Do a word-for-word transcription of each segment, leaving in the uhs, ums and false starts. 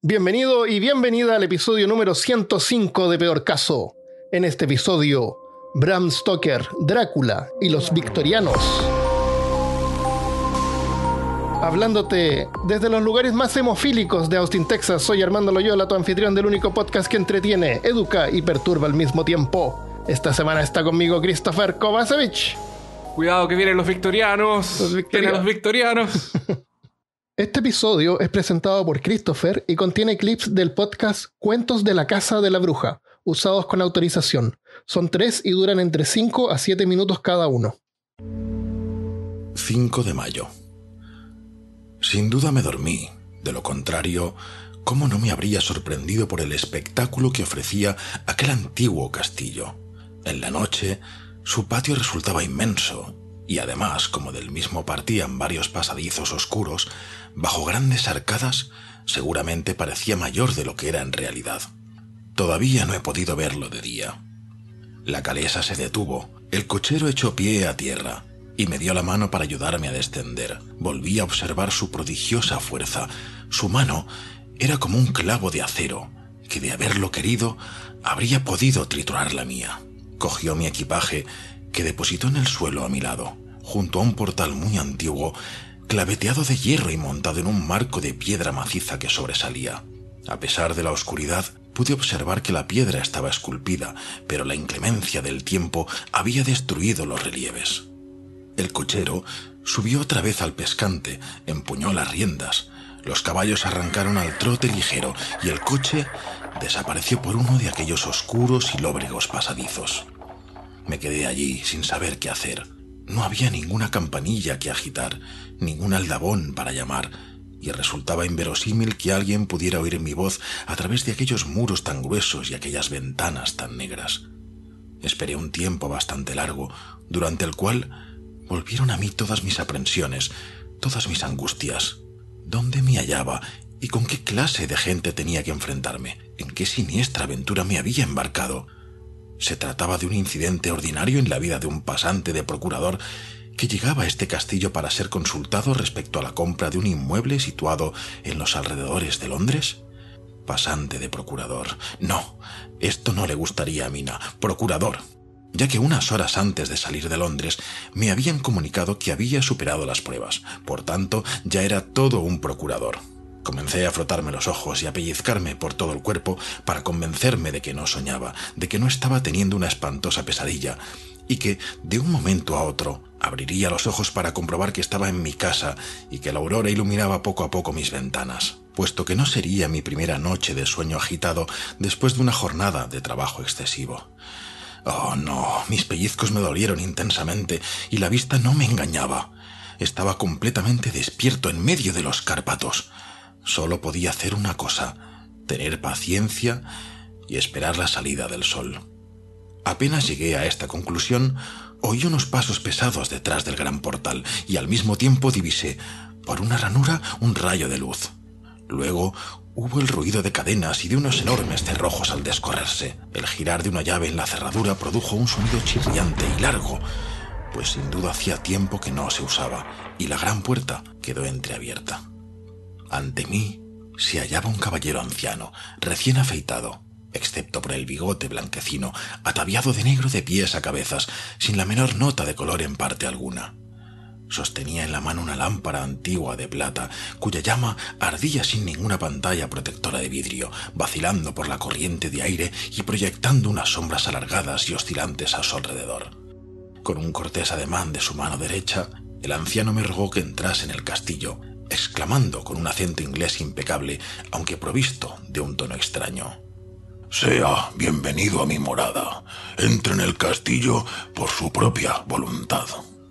Bienvenido y bienvenida al episodio número ciento cinco de Peor Caso. En este episodio, Bram Stoker, Drácula y los victorianos. Hablándote desde los lugares más hemofílicos de Austin, Texas, soy Armando Loyola, tu anfitrión del único podcast que entretiene, educa y perturba al mismo tiempo. Esta semana está conmigo Christopher Kovacevic. Cuidado que vienen los victorianos. Los victorianos. Vienen los victorianos. Este episodio es presentado por Christopher y contiene clips del podcast Cuentos de la Casa de la Bruja, usados con autorización. Son tres y duran entre cinco a siete minutos cada uno. cinco de mayo. Sin duda me dormí. De lo contrario, ¿cómo no me habría sorprendido por el espectáculo que ofrecía aquel antiguo castillo? En la noche, su patio resultaba inmenso, y además, como del mismo partían varios pasadizos oscuros, bajo grandes arcadas, seguramente parecía mayor de lo que era en realidad. Todavía no he podido verlo de día. La calesa se detuvo, el cochero echó pie a tierra, y me dio la mano para ayudarme a descender. Volví a observar su prodigiosa fuerza. Su mano era como un clavo de acero, que de haberlo querido, habría podido triturar la mía. Cogió mi equipaje, que depositó en el suelo a mi lado, junto a un portal muy antiguo, claveteado de hierro y montado en un marco de piedra maciza que sobresalía. A pesar de la oscuridad, pude observar que la piedra estaba esculpida, pero la inclemencia del tiempo había destruido los relieves. El cochero subió otra vez al pescante, empuñó las riendas, los caballos arrancaron al trote ligero y el coche desapareció por uno de aquellos oscuros y lóbregos pasadizos. Me quedé allí sin saber qué hacer. No había ninguna campanilla que agitar, ningún aldabón para llamar, y resultaba inverosímil que alguien pudiera oír mi voz a través de aquellos muros tan gruesos y aquellas ventanas tan negras. Esperé un tiempo bastante largo, durante el cual volvieron a mí todas mis aprensiones, todas mis angustias. ¿Dónde me hallaba y con qué clase de gente tenía que enfrentarme? ¿En qué siniestra aventura me había embarcado? ¿Se trataba de un incidente ordinario en la vida de un pasante de procurador que llegaba a este castillo para ser consultado respecto a la compra de un inmueble situado en los alrededores de Londres? Pasante de procurador. No, esto no le gustaría a Mina. Procurador. Ya que unas horas antes de salir de Londres me habían comunicado que había superado las pruebas. Por tanto, ya era todo un procurador. Comencé a frotarme los ojos y a pellizcarme por todo el cuerpo para convencerme de que no soñaba, de que no estaba teniendo una espantosa pesadilla, y que, de un momento a otro, abriría los ojos para comprobar que estaba en mi casa y que la aurora iluminaba poco a poco mis ventanas, puesto que no sería mi primera noche de sueño agitado después de una jornada de trabajo excesivo. Oh, no, mis pellizcos me dolieron intensamente y la vista no me engañaba. Estaba completamente despierto en medio de los Cárpatos. Solo podía hacer una cosa, tener paciencia y esperar la salida del sol. Apenas llegué a esta conclusión, oí unos pasos pesados detrás del gran portal y al mismo tiempo divisé, por una ranura, un rayo de luz. Luego hubo el ruido de cadenas y de unos enormes cerrojos al descorrerse. El girar de una llave en la cerradura produjo un sonido chirriante y largo, pues sin duda hacía tiempo que no se usaba, y la gran puerta quedó entreabierta. Ante mí se hallaba un caballero anciano, recién afeitado, excepto por el bigote blanquecino, ataviado de negro de pies a cabezas, sin la menor nota de color en parte alguna. Sostenía en la mano una lámpara antigua de plata, cuya llama ardía sin ninguna pantalla protectora de vidrio, vacilando por la corriente de aire y proyectando unas sombras alargadas y oscilantes a su alrededor. Con un cortés ademán de su mano derecha, el anciano me rogó que entrase en el castillo, exclamando con un acento inglés impecable, aunque provisto de un tono extraño: «Sea bienvenido a mi morada. Entre en el castillo por su propia voluntad».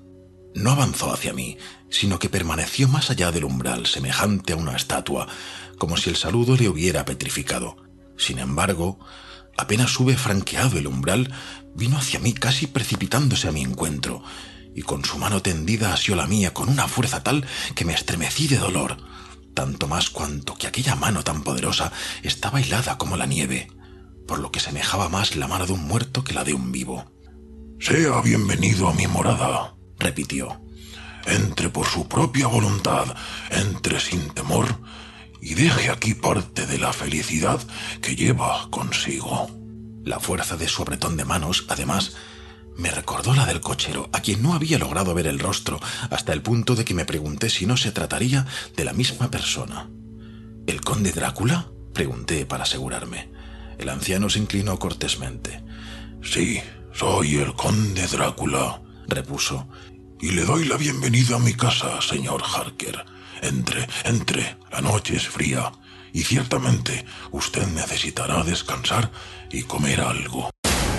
No avanzó hacia mí, sino que permaneció más allá del umbral, semejante a una estatua, como si el saludo le hubiera petrificado. Sin embargo, apenas hube franqueado el umbral, vino hacia mí casi precipitándose a mi encuentro, y con su mano tendida asió la mía con una fuerza tal que me estremecí de dolor, tanto más cuanto que aquella mano tan poderosa estaba helada como la nieve, por lo que semejaba más la mano de un muerto que la de un vivo. «Sea bienvenido a mi morada», repitió. «Entre por su propia voluntad, entre sin temor, y y deje aquí parte de la felicidad que lleva consigo. La fuerza de su apretón de manos, además, me recordó la del cochero, a quien no había logrado ver el rostro, hasta el punto de que me pregunté si no se trataría de la misma persona. ¿El conde Drácula?, pregunté para asegurarme. El anciano se inclinó cortésmente. Sí, soy el conde Drácula, repuso, y le doy la bienvenida a mi casa, señor Harker. Entre, entre, la noche es fría, y ciertamente usted necesitará descansar y comer algo.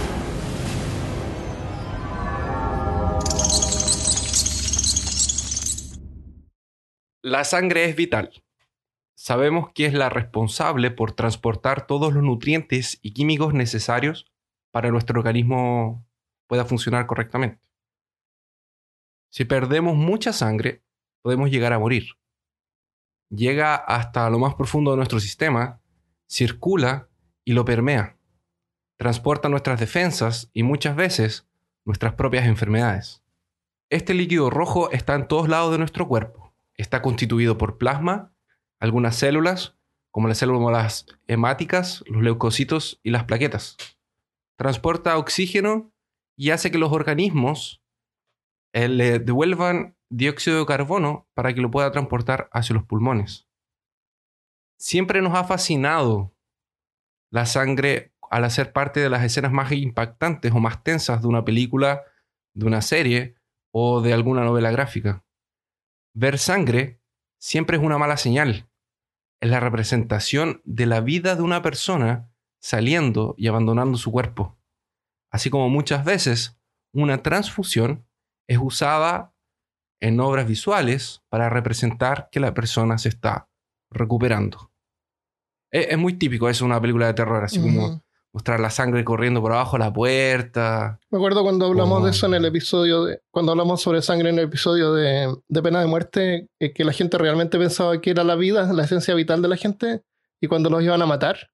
La sangre es vital. Sabemos que es la responsable por transportar todos los nutrientes y químicos necesarios para que nuestro organismo pueda funcionar correctamente. Si perdemos mucha sangre, podemos llegar a morir. Llega hasta lo más profundo de nuestro sistema, circula y lo permea. Transporta nuestras defensas y muchas veces nuestras propias enfermedades. Este líquido rojo está en todos lados de nuestro cuerpo. Está constituido por plasma, algunas células, como las células hemáticas, los leucocitos y las plaquetas. Transporta oxígeno y hace que los organismos eh, le devuelvan dióxido de carbono para que lo pueda transportar hacia los pulmones. Siempre nos ha fascinado la sangre al hacer parte de las escenas más impactantes o más tensas de una película, de una serie o de alguna novela gráfica. Ver sangre siempre es una mala señal. Es la representación de la vida de una persona saliendo y abandonando su cuerpo. Así como muchas veces una transfusión es usada en obras visuales para representar que la persona se está recuperando. Es, es muy típico eso en una película de terror, así uh-huh. como mostrar la sangre corriendo por abajo de la puerta. Me acuerdo cuando hablamos oh. de eso en el episodio, de, cuando hablamos sobre sangre en el episodio de, de Pena de Muerte, eh, que la gente realmente pensaba que era la vida, la esencia vital de la gente, y cuando los iban a matar,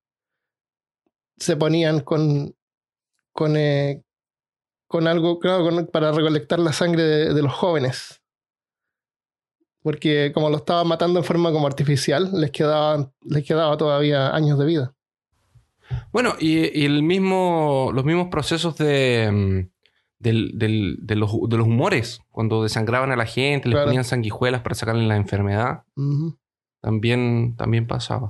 se ponían con, con, eh, con algo, claro, con, para recolectar la sangre de, de los jóvenes. Porque como lo estaban matando en forma como artificial, les quedaba, les quedaba todavía años de vida. Bueno, y, y el mismo, los mismos procesos de, de, de, de, los, de los humores, cuando desangraban a la gente, les claro. ponían sanguijuelas para sacarle la enfermedad, uh-huh. también, también pasaba.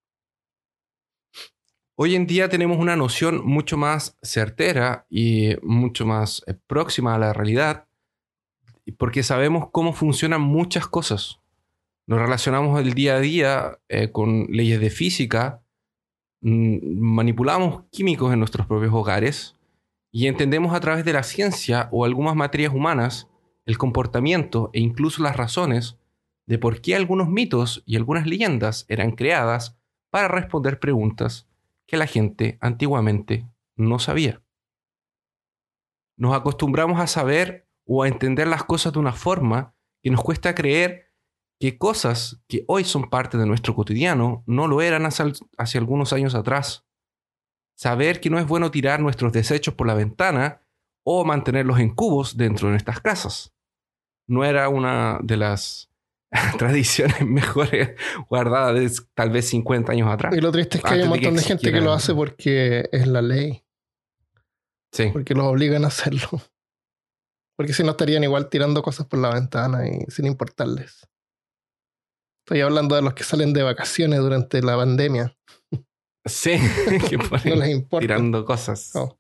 Hoy en día tenemos una noción mucho más certera y mucho más eh, próxima a la realidad, porque sabemos cómo funcionan muchas cosas. Nos relacionamos el día a día eh, con leyes de física, manipulamos químicos en nuestros propios hogares y entendemos a través de la ciencia o algunas materias humanas el comportamiento e incluso las razones de por qué algunos mitos y algunas leyendas eran creadas para responder preguntas que la gente antiguamente no sabía. Nos acostumbramos a saber o a entender las cosas de una forma que nos cuesta creer que cosas que hoy son parte de nuestro cotidiano no lo eran hace, hace algunos años atrás. Saber que no es bueno tirar nuestros desechos por la ventana o mantenerlos en cubos dentro de nuestras casas. No era una de las tradiciones mejores guardadas de tal vez cincuenta años atrás. Y lo triste es que hay un montón de, de gente que lo hace porque es la ley. Sí. Porque los obligan a hacerlo. Porque si no estarían igual tirando cosas por la ventana y sin importarles. Estoy hablando de los que salen de vacaciones durante la pandemia. Sí, que no les importa. Tirando cosas. No.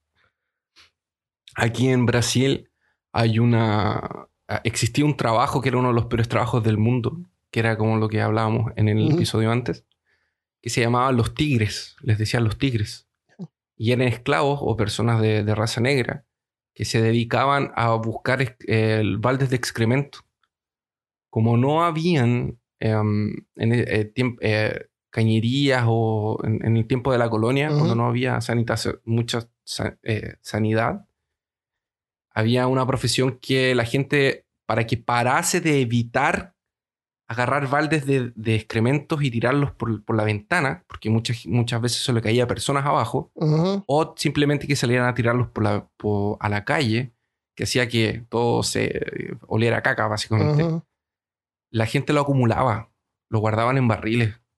Aquí en Brasil hay una... Existía un trabajo que era uno de los peores trabajos del mundo, que era como lo que hablábamos en el uh-huh. episodio antes, que se llamaban los tigres, les decían los tigres. Y eran esclavos o personas de, de raza negra que se dedicaban a buscar eh, baldes de excremento. Como no habían... Um, en el, eh, tiemp- eh, cañerías o en, en el tiempo de la colonia, uh-huh. cuando no había sanitación, mucha san- eh, sanidad, había una profesión que la gente, para que parase de evitar agarrar baldes de, de excrementos y tirarlos por, por la ventana, porque muchas, muchas veces se le caía a personas abajo, uh-huh. o simplemente que salieran a tirarlos por la, por, a la calle, que hacía que todo se oliera a caca, básicamente. Uh-huh. La gente lo acumulaba, lo guardaban en barriles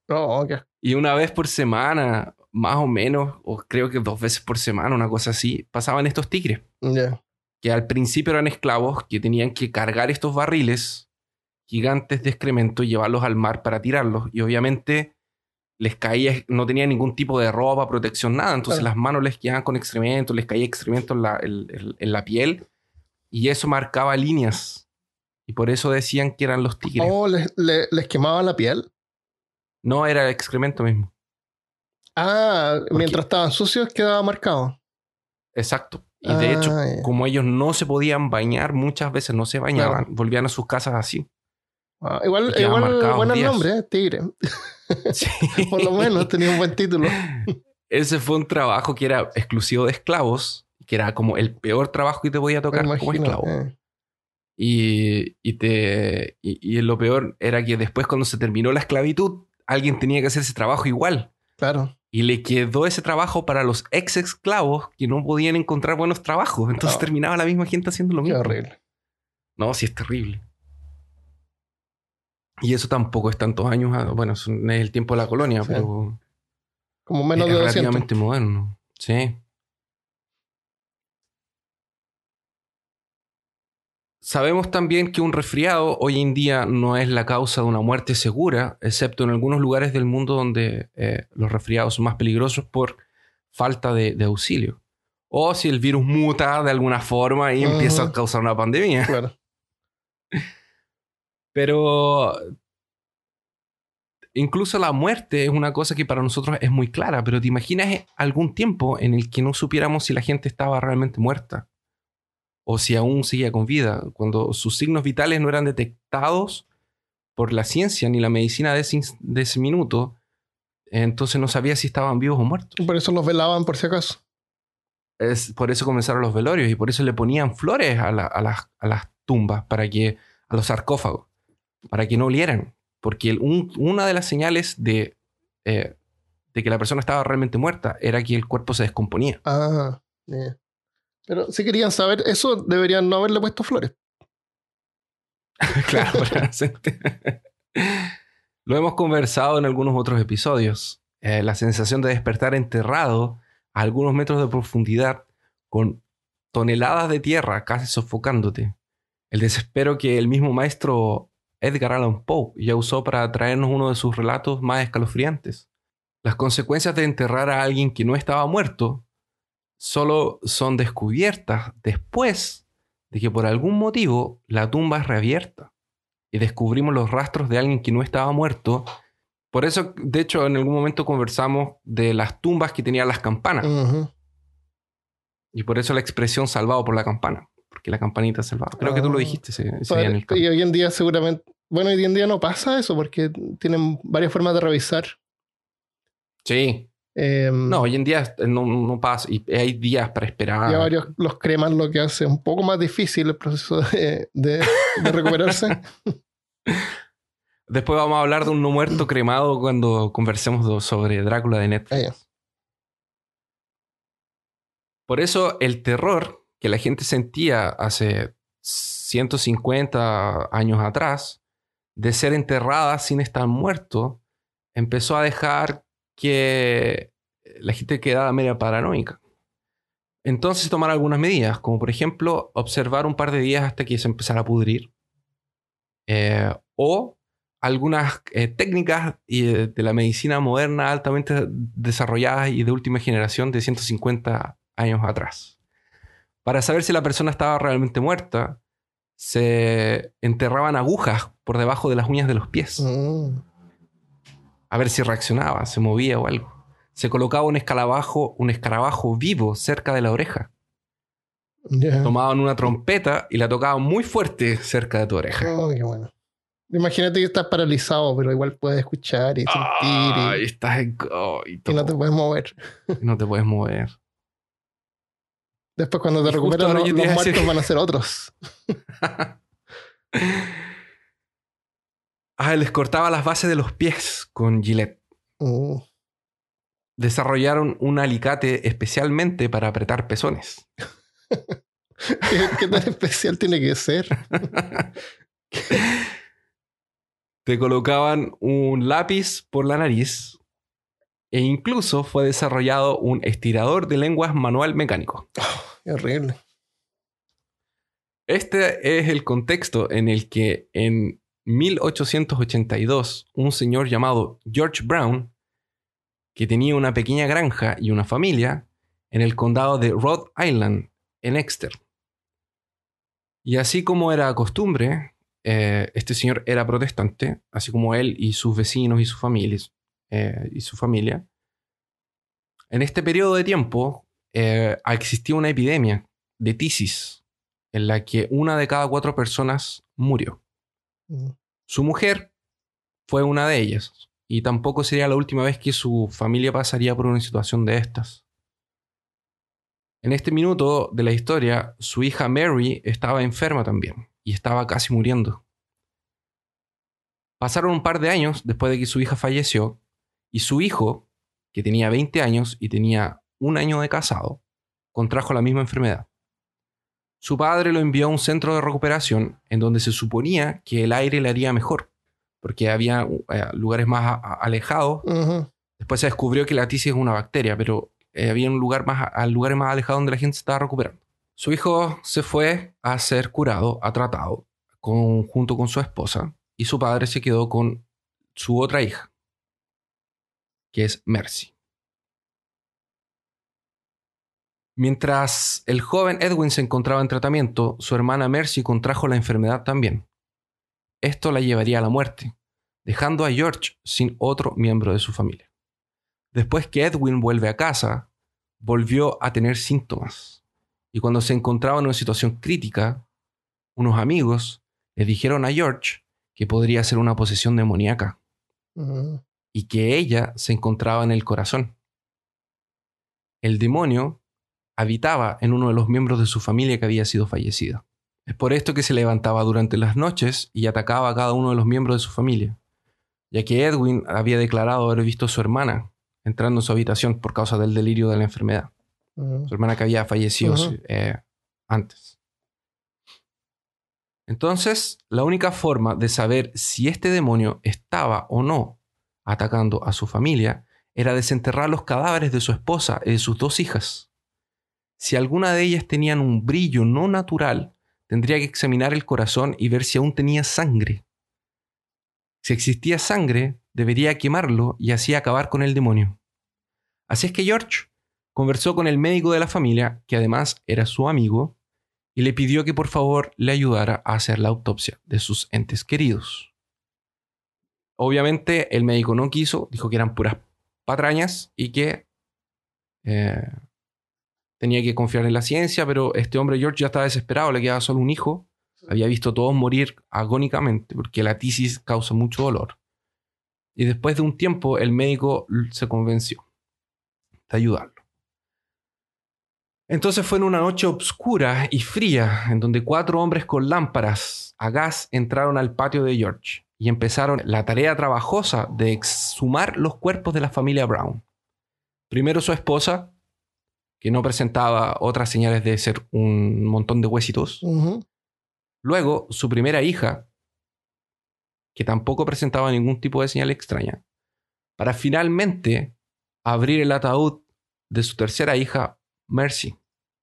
Oh, ok. Y una vez por semana, más o menos, o creo que dos veces por semana, una cosa así, pasaban estos tigres. Ya. Que al principio eran esclavos que tenían que cargar estos barriles gigantes de excremento y llevarlos al mar para tirarlos. Y obviamente les caía, no tenían ningún tipo de ropa, protección, nada. Entonces Claro. las manos les quedaban con excremento, les caía excremento en la, en- en- en la piel y eso marcaba líneas. Y por eso decían que eran los tigres. Oh, les, le- les quemaba la piel. No era el excremento mismo. Ah, Porque, mientras estaban sucios quedaba marcado. exacto. Y de hecho, Ah, ya. como ellos no se podían bañar, muchas veces no se bañaban, Claro. volvían a sus casas así. Ah, igual, Y quedaban igual marcados bueno el días. nombre, ¿eh? Tigre. Sí. Por lo menos tenía un buen título. Ese fue un trabajo que era exclusivo de esclavos, que era como el peor trabajo que te podía Me tocar como imagino. esclavo. eh. Y, y, te, y, y lo peor era que después, cuando se terminó la esclavitud, alguien tenía que hacer ese trabajo igual. Claro. Y le quedó ese trabajo para los ex esclavos que no podían encontrar buenos trabajos. Entonces Oh, terminaba la misma gente haciendo lo qué mismo. horrible. No, sí es terrible. Y eso tampoco es tantos años. ah, Bueno, es un- es el tiempo de la colonia, Sí. pero Como menos es de doscientos. relativamente moderno. Sí. Sabemos también que un resfriado hoy en día no es la causa de una muerte segura, excepto en algunos lugares del mundo donde eh, los resfriados son más peligrosos por falta de, de auxilio. O si el virus muta de alguna forma y empieza a Ujú, causar una pandemia. claro. Pero incluso la muerte es una cosa que para nosotros es muy clara. Pero ¿te imaginas algún tiempo en el que no supiéramos si la gente estaba realmente muerta? O si aún seguía con vida, cuando sus signos vitales no eran detectados por la ciencia ni la medicina de ese, de ese minuto, entonces no sabía si estaban vivos o muertos. Por eso los velaban por si acaso. Es por eso comenzaron los velorios y por eso le ponían flores a, la- a las, a las tumbas, para que, a los sarcófagos, para que no olieran. Porque el- un- una de las señales de, eh, de que la persona estaba realmente muerta era que el cuerpo se descomponía. Ah, yeah. Pero si querían saber eso, deberían no haberle puesto flores. Claro, para hacerte- Lo hemos conversado en algunos otros episodios. Eh, la sensación de despertar enterrado a algunos metros de profundidad con toneladas de tierra casi sofocándote. El desespero que el mismo maestro Edgar Allan Poe ya usó para traernos uno de sus relatos más escalofriantes. Las consecuencias de enterrar a alguien que no estaba muerto solo son descubiertas después de que por algún motivo la tumba es reabierta y descubrimos los rastros de alguien que no estaba muerto. Por eso, de hecho, en algún momento conversamos de las tumbas que tenían las campanas. Ujú. Y por eso la expresión salvado por la campana. Porque la campanita salvaba. Creo que tú lo Ah. dijiste ese, ese día en Pare- el campo. Y hoy en día seguramente... Bueno, hoy en día no pasa eso porque tienen varias formas de revisar. Sí. Eh, No, hoy en día no, no pasa. Y hay días para esperar. Ya varios los creman, lo que hace un poco más difícil el proceso de, de- de recuperarse. Después vamos a hablar de un no muerto cremado cuando conversemos do- sobre Drácula de Netflix. Ah, ya. Por eso el terror que la gente sentía hace ciento cincuenta años atrás de ser enterrada sin estar muerto empezó a dejar que la gente quedara media paranoica. Entonces tomar algunas medidas, como por ejemplo observar un par de días hasta que se empezara a pudrir. Eh, o algunas eh, técnicas y, eh, de la medicina moderna altamente desarrolladas y de última generación de ciento cincuenta años atrás. Para saber si la persona estaba realmente muerta, se enterraban agujas por debajo de las uñas de los pies. Mm, A ver si reaccionaba, se movía o algo. Se colocaba un escarabajo, un escarabajo vivo cerca de la oreja. ya. Tomaban una trompeta y la tocaban muy fuerte cerca de tu oreja. Oh, qué bueno. Imagínate que estás paralizado, pero igual puedes escuchar y sentir Ay, y, estás en... oh, y y todo. no te puedes mover. No te puedes mover. Después cuando te Y justo recuperas, ahora lo- yo te los iba a muertos decir- van a ser otros. Ah, les cortaba las bases de los pies con Gillette. Mm. Desarrollaron un alicate especialmente para apretar pezones. ¿Qué, qué tan especial tiene que ser? Te colocaban un lápiz por la nariz e incluso fue desarrollado un estirador de lenguas manual mecánico. Oh, qué horrible. Este es el contexto en el que en mil ochocientos ochenta y dos un señor llamado George Brown, que tenía una pequeña granja y una familia en el condado de Rhode Island, en Exeter. Y así como era costumbre, eh, este señor era protestante, así como él y sus vecinos y sus familias, eh, y su familia. En este periodo de tiempo eh, existía una epidemia de tisis en la que una de cada cuatro personas murió. Mm. Su mujer fue una de ellas, y tampoco sería la última vez que su familia pasaría por una situación de estas. En este minuto de la historia, su hija Mary estaba enferma también y estaba casi muriendo. Pasaron un par de años después de que su hija falleció y su hijo, que tenía veinte años y tenía un año de casado, contrajo la misma enfermedad. Su padre lo envió a un centro de recuperación en donde se suponía que el aire le haría mejor, porque había eh, lugares más a- a- alejados. Ujú. Después se descubrió que la tisis es una bacteria, pero eh, había un lugar más, a lugares más alejados donde la gente se estaba recuperando. Su hijo se fue a ser curado, a tratado, con, junto con su esposa, y su padre se quedó con su otra hija, que es Mercy. Mientras el joven Edwin se encontraba en tratamiento, su hermana Mercy contrajo la enfermedad también. Esto la llevaría a la muerte, dejando a George sin otro miembro de su familia. Después que Edwin vuelve a casa, volvió a tener síntomas. Y cuando se encontraba en una situación crítica, unos amigos le dijeron a George que podría ser una posesión demoníaca Ujú. y que ella se encontraba en el corazón. El demonio habitaba en uno de los miembros de su familia que había sido fallecido. Es por esto que se levantaba durante las noches y atacaba a cada uno de los miembros de su familia, ya que Edwin había declarado haber visto a su hermana entrando en su habitación por causa del delirio de la enfermedad. Ujú. Su hermana que había fallecido Ujú. eh, antes. Entonces, la única forma de saber si este demonio estaba o no atacando a su familia era desenterrar los cadáveres de su esposa y de sus dos hijas. Si alguna de ellas tenían un brillo no natural, tendría que examinar el corazón y ver si aún tenía sangre. Si existía sangre, debería quemarlo y así acabar con el demonio. Así es que George conversó con el médico de la familia, que además era su amigo, y le pidió que por favor le ayudara a hacer la autopsia de sus entes queridos. Obviamente el médico no quiso, dijo que eran puras patrañas y que eh, tenía que confiar en la ciencia, pero este hombre George ya estaba desesperado, le quedaba solo un hijo, había visto a todos morir agónicamente porque la tisis causa mucho dolor. Y después de un tiempo el médico se convenció de ayudarlo. Entonces fue en una noche oscura y fría, en donde cuatro hombres con lámparas a gas entraron al patio de George y empezaron la tarea trabajosa de exhumar los cuerpos de la familia Brown. Primero su esposa, que no presentaba otras señales de ser un montón de huesitos. Ujú. Luego su primera hija, que tampoco presentaba ningún tipo de señal extraña, para finalmente abrir el ataúd de su tercera hija, Mercy.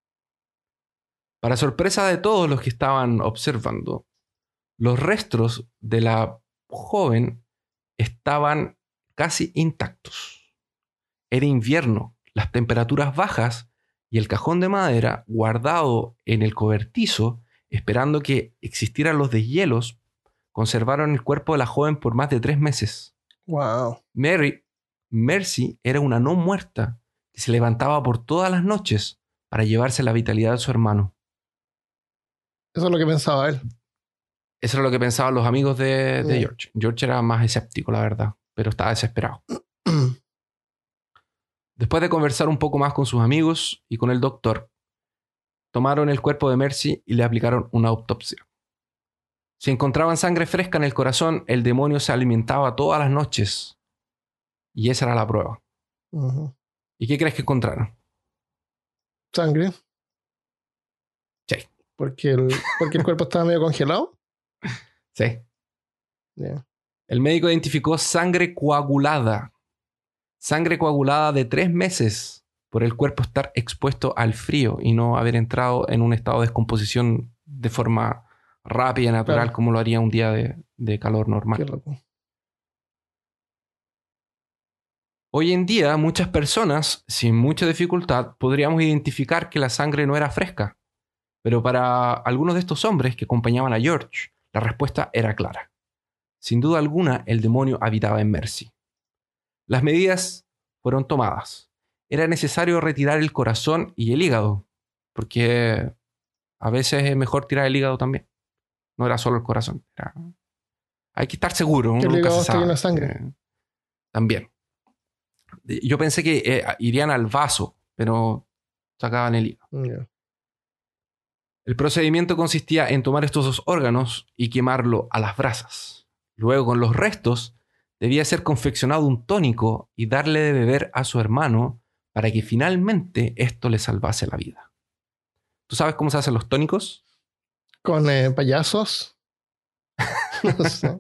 Para sorpresa de todos los que estaban observando, los restos de la joven estaban casi intactos. Era invierno, las temperaturas bajas y el cajón de madera guardado en el cobertizo, esperando que existieran los deshielos, conservaron el cuerpo de la joven por más de tres meses. Wow. Mary, Mercy era una no muerta que se levantaba por todas las noches para llevarse la vitalidad de su hermano. Eso es lo que pensaba él. Eso era lo que pensaban los amigos de, de Mm. George. George era más escéptico, la verdad, pero estaba desesperado. Después de conversar un poco más con sus amigos y con el doctor, tomaron el cuerpo de Mercy y le aplicaron una autopsia. Si encontraban sangre fresca en el corazón, el demonio se alimentaba todas las noches. Y esa era la prueba. Ujú. ¿Y qué crees que encontraron? Sangre. Sí. Porque el, porque el cuerpo estaba medio congelado. Sí. Yeah. El médico identificó sangre coagulada. Sangre coagulada de tres meses por el cuerpo estar expuesto al frío y no haber entrado en un estado de descomposición de forma rápida y natural, claro, como lo haría un día de, de calor normal. Qué loco. Hoy en día, muchas personas, sin mucha dificultad, podríamos identificar que la sangre no era fresca. Pero para algunos de estos hombres que acompañaban a George, la respuesta era clara. Sin duda alguna, el demonio habitaba en Mercy. Las medidas fueron tomadas. Era necesario retirar el corazón y el hígado, porque a veces es mejor tirar el hígado también. No era solo el corazón. Era... Hay que estar seguro. Que el hígado está lleno de sangre. Eh, también. Yo pensé que eh, irían al vaso, pero sacaban el hígado. Yeah. El procedimiento consistía en tomar estos dos órganos y quemarlo a las brasas. Luego, con los restos, debía ser confeccionado un tónico y darle de beber a su hermano para que finalmente esto le salvase la vida. ¿Tú sabes cómo se hacen los tónicos? Con eh, payasos. No sé.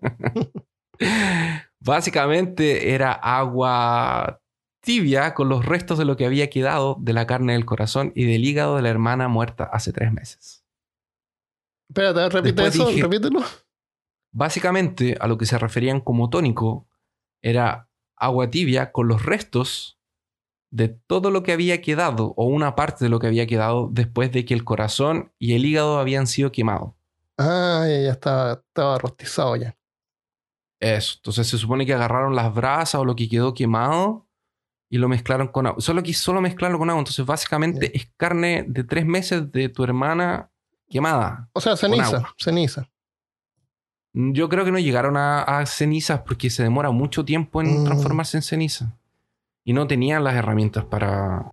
Básicamente era agua tibia con los restos de lo que había quedado de la carne del corazón y del hígado de la hermana muerta hace tres meses. Espérate, repite Después eso, dije, repítelo. Básicamente a lo que se referían como tónico era agua tibia con los restos de todo lo que había quedado o una parte de lo que había quedado después de que el corazón y el hígado habían sido quemados. Ah, ya, ya estaba, estaba rostizado ya. Eso. Entonces se supone que agarraron las brasas o lo que quedó quemado y lo mezclaron con agua. Solo que solo mezclarlo con agua. Entonces básicamente yeah. es carne de tres meses de tu hermana quemada. O sea, ceniza, ceniza. Yo creo que no llegaron a, a cenizas porque se demora mucho tiempo en mm. transformarse en ceniza. Y no tenían las herramientas para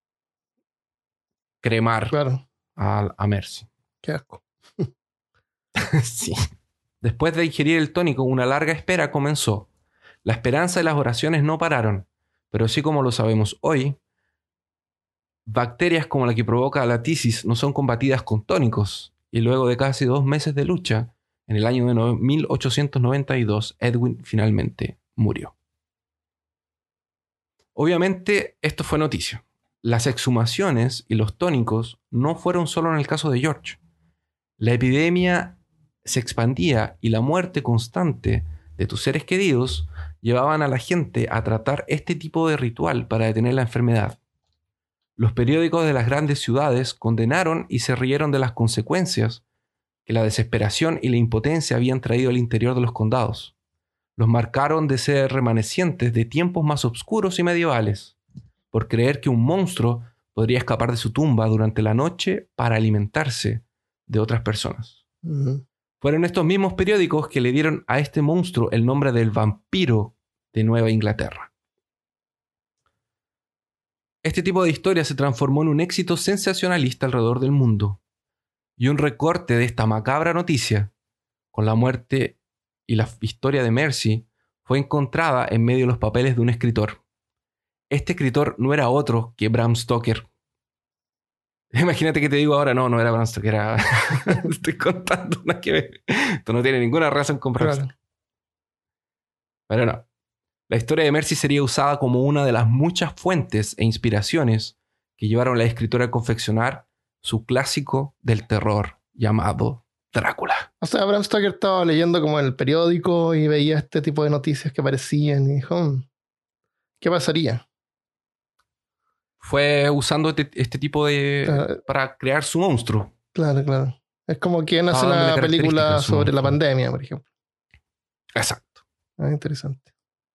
cremar claro. a, a Mercy. Qué asco. Sí. Después de ingerir el tónico, una larga espera comenzó. La esperanza y las oraciones no pararon, pero sí como lo sabemos hoy, bacterias como la que provoca la tisis no son combatidas con tónicos, y luego de casi dos meses de lucha, en el año de mil ochocientos noventa y dos, Edwin finalmente murió. Obviamente, esto fue noticia. Las exhumaciones y los tónicos no fueron solo en el caso de George. La epidemia se expandía y la muerte constante de tus seres queridos llevaban a la gente a tratar este tipo de ritual para detener la enfermedad. Los periódicos de las grandes ciudades condenaron y se rieron de las consecuencias que la desesperación y la impotencia habían traído al interior de los condados. Los marcaron de ser remanecientes de tiempos más oscuros y medievales, por creer que un monstruo podría escapar de su tumba durante la noche para alimentarse de otras personas. Uh-huh. Fueron estos mismos periódicos que le dieron a este monstruo el nombre del vampiro de Nueva Inglaterra. Este tipo de historia se transformó en un éxito sensacionalista alrededor del mundo. Y un recorte de esta macabra noticia, con la muerte y la historia de Mercy, fue encontrada en medio de los papeles de un escritor. Este escritor no era otro que Bram Stoker. Imagínate que te digo ahora, no, no era Bram Stoker, era... Estoy contando una que ve. Esto no tiene ninguna razón con Bram Stoker. Pero no. La historia de Mercy sería usada como una de las muchas fuentes e inspiraciones que llevaron a la escritora a confeccionar su clásico del terror llamado Drácula. O sea, Bram Stoker estaba leyendo como el periódico y veía este tipo de noticias que aparecían y dijo, ¿qué pasaría? Fue usando este, este tipo de... Claro. Para crear su monstruo. Claro, claro. Es como quien hace una película sobre la pandemia, por ejemplo. Exacto. Ah, interesante.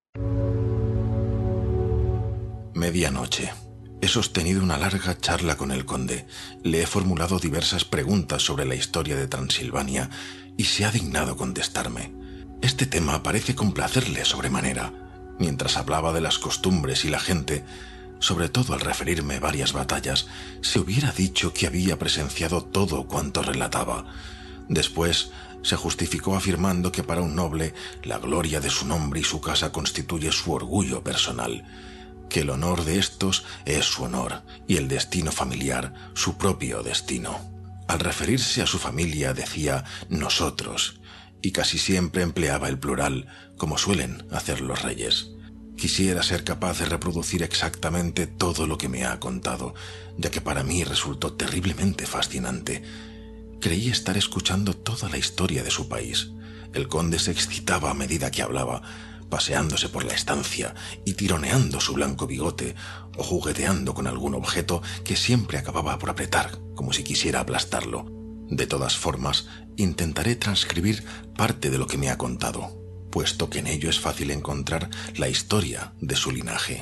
Medianoche. He sostenido una larga charla con el conde. Le he formulado diversas preguntas sobre la historia de Transilvania y se ha dignado contestarme. Este tema parece complacerle sobremanera. Mientras hablaba de las costumbres y la gente, sobre todo al referirme varias batallas, se hubiera dicho que había presenciado todo cuanto relataba. Después se justificó afirmando que para un noble la gloria de su nombre y su casa constituye su orgullo personal, que el honor de estos es su honor y el destino familiar su propio destino. Al referirse a su familia decía «nosotros» y casi siempre empleaba el plural, como suelen hacer los reyes. Quisiera ser capaz de reproducir exactamente todo lo que me ha contado, ya que para mí resultó terriblemente fascinante. Creí estar escuchando toda la historia de su país. El conde se excitaba a medida que hablaba, paseándose por la estancia y tironeando su blanco bigote o jugueteando con algún objeto que siempre acababa por apretar, como si quisiera aplastarlo. De todas formas, intentaré transcribir parte de lo que me ha contado, puesto que en ello es fácil encontrar la historia de su linaje.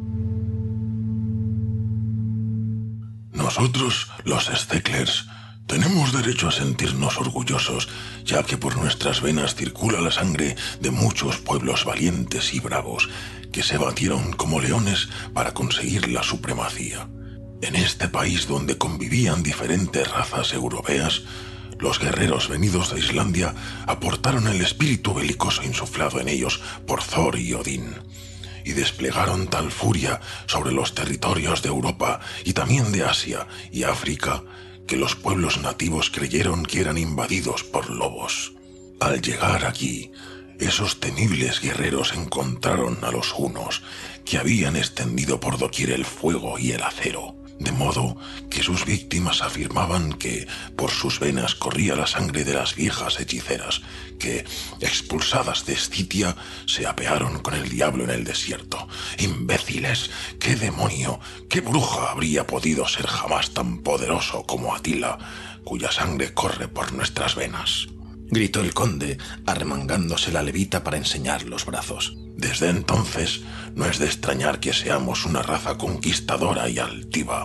Nosotros, los Szecklers, tenemos derecho a sentirnos orgullosos, ya que por nuestras venas circula la sangre de muchos pueblos valientes y bravos que se batieron como leones para conseguir la supremacía. En este país donde convivían diferentes razas europeas, los guerreros venidos de Islandia aportaron el espíritu belicoso insuflado en ellos por Thor y Odín, y desplegaron tal furia sobre los territorios de Europa y también de Asia y África que los pueblos nativos creyeron que eran invadidos por lobos. Al llegar aquí, esos temibles guerreros encontraron a los hunos, que habían extendido por doquier el fuego y el acero, de modo que sus víctimas afirmaban que por sus venas corría la sangre de las viejas hechiceras que, expulsadas de Escitia, se apearon con el diablo en el desierto. ¡Imbéciles! ¡Qué demonio! ¡Qué bruja habría podido ser jamás tan poderoso como Atila, cuya sangre corre por nuestras venas! Gritó el conde, arremangándose la levita para enseñar los brazos. Desde entonces no es de extrañar que seamos una raza conquistadora y altiva,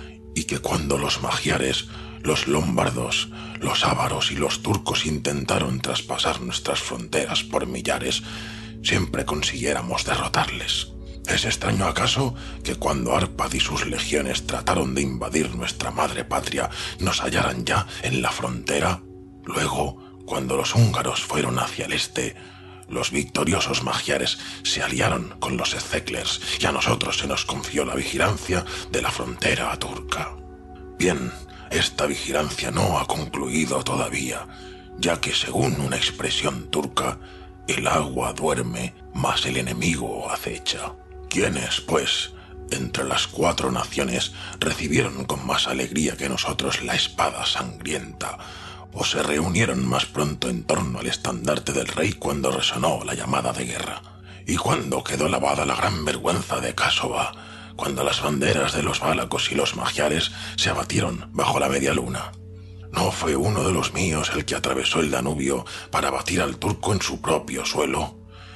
y que cuando los magiares, los lombardos, los ávaros y los turcos intentaron traspasar nuestras fronteras por millares, siempre consiguiéramos derrotarles. ¿Es extraño acaso que cuando Árpad y sus legiones trataron de invadir nuestra madre patria nos hallaran ya en la frontera? Luego, cuando los húngaros fueron hacia el este, los victoriosos magiares se aliaron con los Szecklers y a nosotros se nos confió la vigilancia de la frontera turca. Bien, esta vigilancia no ha concluido todavía, ya que según una expresión turca, el agua duerme, mas el enemigo acecha. ¿Quiénes, pues, entre las cuatro naciones recibieron con más alegría que nosotros la espada sangrienta, o se reunieron más pronto en torno al estandarte del rey cuando resonó la llamada de guerra? ¿Y cuándo quedó lavada la gran vergüenza de Kásova, cuando las banderas de los válacos y los magiares se abatieron bajo la media luna? ¿No fue uno de los míos el que atravesó el Danubio para batir al turco en su propio suelo?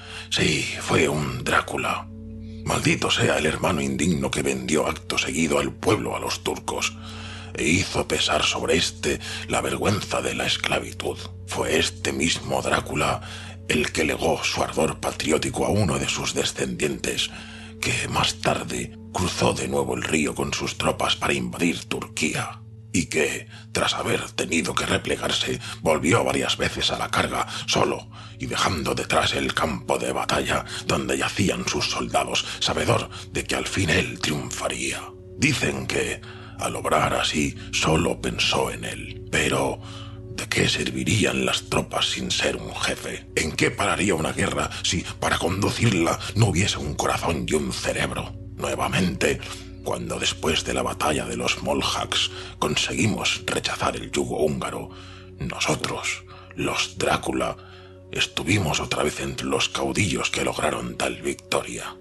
Sí, fue un Drácula. Maldito sea el hermano indigno que vendió acto seguido al pueblo a los turcos e hizo pesar sobre éste la vergüenza de la esclavitud. Fue este mismo Drácula el que legó su ardor patriótico a uno de sus descendientes, que más tarde cruzó de nuevo el río con sus tropas para invadir Turquía, y que, tras haber tenido que replegarse, volvió varias veces a la carga solo y dejando detrás el campo de batalla donde yacían sus soldados, sabedor de que al fin él triunfaría. Dicen que, al obrar así, solo pensó en él. Pero, ¿de qué servirían las tropas sin ser un jefe? ¿En qué pararía una guerra si para conducirla no hubiese un corazón y un cerebro? Nuevamente, cuando después de la batalla de los Molhaks conseguimos rechazar el yugo húngaro, nosotros, los Drácula, estuvimos otra vez entre los caudillos que lograron tal victoria.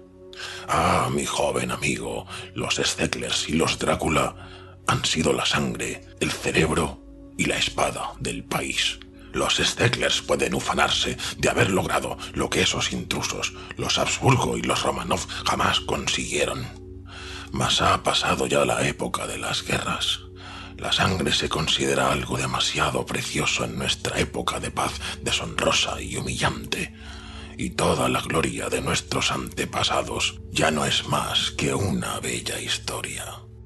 Ah, mi joven amigo, los Szecklers y los Drácula han sido la sangre, el cerebro y la espada del país. Los Szecklers pueden ufanarse de haber logrado lo que esos intrusos, los Habsburgo y los Romanov, jamás consiguieron. Mas ha pasado ya la época de las guerras. La sangre se considera algo demasiado precioso en nuestra época de paz deshonrosa y humillante. Y toda la gloria de nuestros antepasados ya no es más que una bella historia.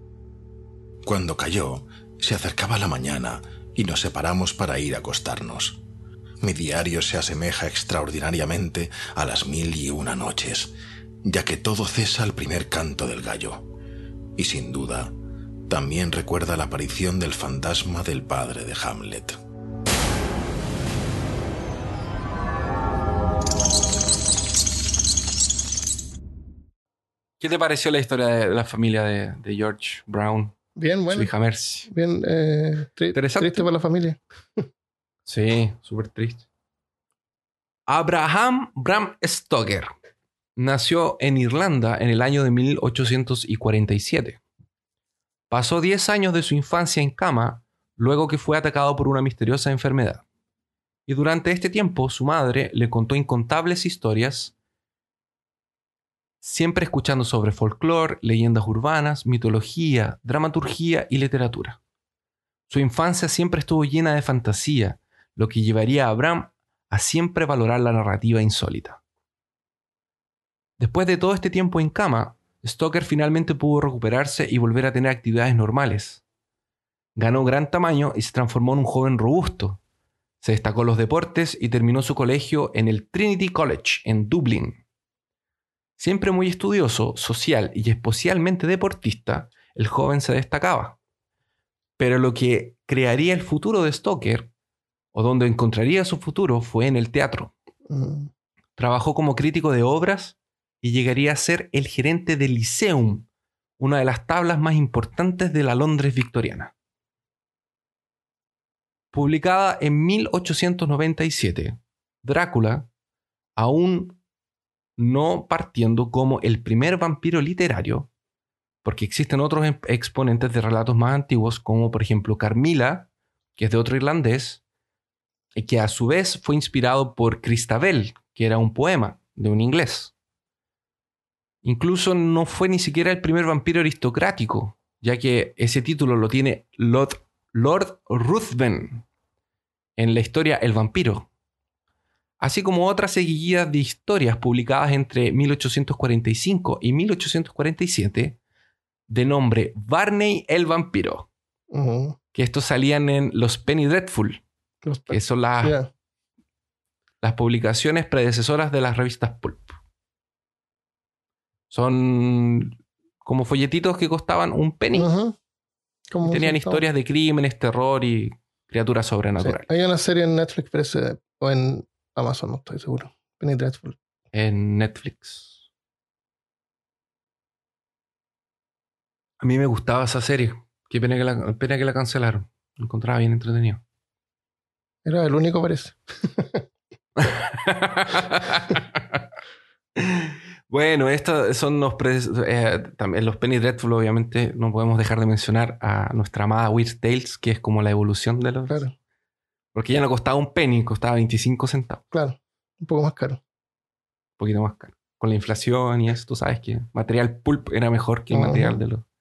Cuando cayó, se acercaba la mañana y nos separamos para ir a acostarnos. Mi diario se asemeja extraordinariamente a las mil y una noches, ya que todo cesa al primer canto del gallo. Y sin duda, también recuerda la aparición del fantasma del padre de Hamlet. ¿Qué te pareció la historia de la familia de, de George Brown? Bien, bueno. Su hija Mercy. Bien, eh, tri triste para la familia. Sí, súper triste. Abraham Bram Stoker nació en Irlanda en el año de mil ochocientos cuarenta y siete. Pasó diez años de su infancia en cama luego que fue atacado por una misteriosa enfermedad. Y durante este tiempo su madre le contó incontables historias, siempre escuchando sobre folclore, leyendas urbanas, mitología, dramaturgia y literatura. Su infancia siempre estuvo llena de fantasía, lo que llevaría a Abraham a siempre valorar la narrativa insólita. Después de todo este tiempo en cama, Stoker finalmente pudo recuperarse y volver a tener actividades normales. Ganó gran tamaño y se transformó en un joven robusto. Se destacó en los deportes y terminó su colegio en el Trinity College en Dublín. Siempre muy estudioso, social y especialmente deportista, el joven se destacaba. Pero lo que crearía el futuro de Stoker, o donde encontraría su futuro, fue en el teatro. Mm. Trabajó como crítico de obras y llegaría a ser el gerente del Lyceum, una de las tablas más importantes de la Londres victoriana. Publicada en mil ochocientos noventa y siete, Drácula, aún no partiendo como el primer vampiro literario, porque existen otros exponentes de relatos más antiguos, como por ejemplo Carmilla, que es de otro irlandés, y que a su vez fue inspirado por Christabel, que era un poema de un inglés. Incluso no fue ni siquiera el primer vampiro aristocrático, ya que ese título lo tiene Lord, Lord Ruthven en la historia El vampiro, así como otras seguidas de historias publicadas entre mil ochocientos cuarenta y cinco y mil ochocientos cuarenta y siete de nombre Varney el vampiro, Uh-huh. que estos salían en los Penny Dreadful, Los que son las, yeah. las publicaciones predecesoras de las revistas pulp. Son como folletitos que costaban un penny. Uh-huh. Y tenían historias de crímenes, terror y criaturas sobrenaturales. Sí. Hay una serie en Netflix, parece, o en Amazon, no estoy seguro. Penny Dreadful. En Netflix. A mí me gustaba esa serie. Qué pena que la, pena que la cancelaron. Lo encontraba bien entretenido. Era el único, parece. Bueno, estos son los, pre- eh, también los Penny Dreadful. Obviamente no podemos dejar de mencionar a nuestra amada Weird Tales, que es como la evolución de los... Claro. Porque ya no costaba un penny, costaba veinticinco centavos. Claro, un poco más caro. Un poquito más caro. Con la inflación y eso, tú sabes que material pulp era mejor que el Uh-huh. material de los...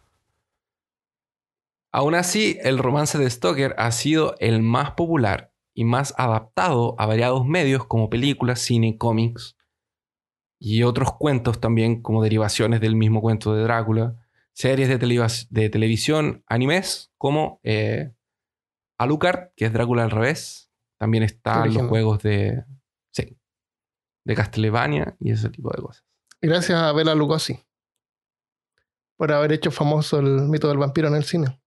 Aún así, el romance de Stoker ha sido el más popular y más adaptado a variados medios como películas, cine, cómics y otros cuentos también como derivaciones del mismo cuento de Drácula, series de, televas- de televisión, animes como eh, Alucard, que es Drácula al revés. También están los Original. juegos de, sí, de Castlevania y ese tipo de cosas. Gracias a Bela Lugosi por haber hecho famoso el mito del vampiro en el cine.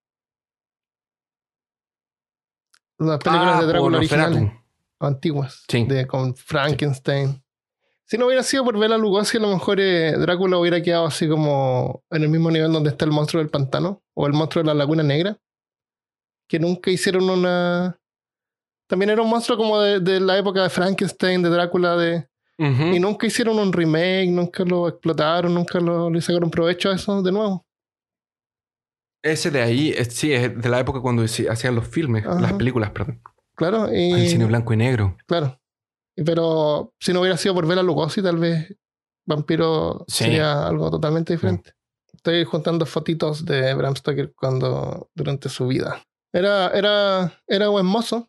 Las películas Ah, de Drácula por Nosferatu. originales, antiguas, Sí. de, con Frankenstein. Si no hubiera sido por Bela Lugosi, a lo mejor eh, Drácula hubiera quedado así como en el mismo nivel donde está el monstruo del pantano o el monstruo de la Laguna Negra, que nunca hicieron una... También era un monstruo como de, de la época de Frankenstein, de Drácula, de... Ujú. y nunca hicieron un remake, nunca lo explotaron, nunca lo, le sacaron provecho a eso de nuevo. Ese de ahí, es- sí, es de la época cuando se hacían los filmes, Ajá. las películas, perdón. Claro, y... El cine blanco y negro. Claro. Y Pero si no hubiera sido por Bela Lugosi, tal vez Vampiro Sí. sería algo totalmente diferente. Estoy juntando fotitos de Bram Stoker cuando, durante su vida. Era, era, era buen mozo.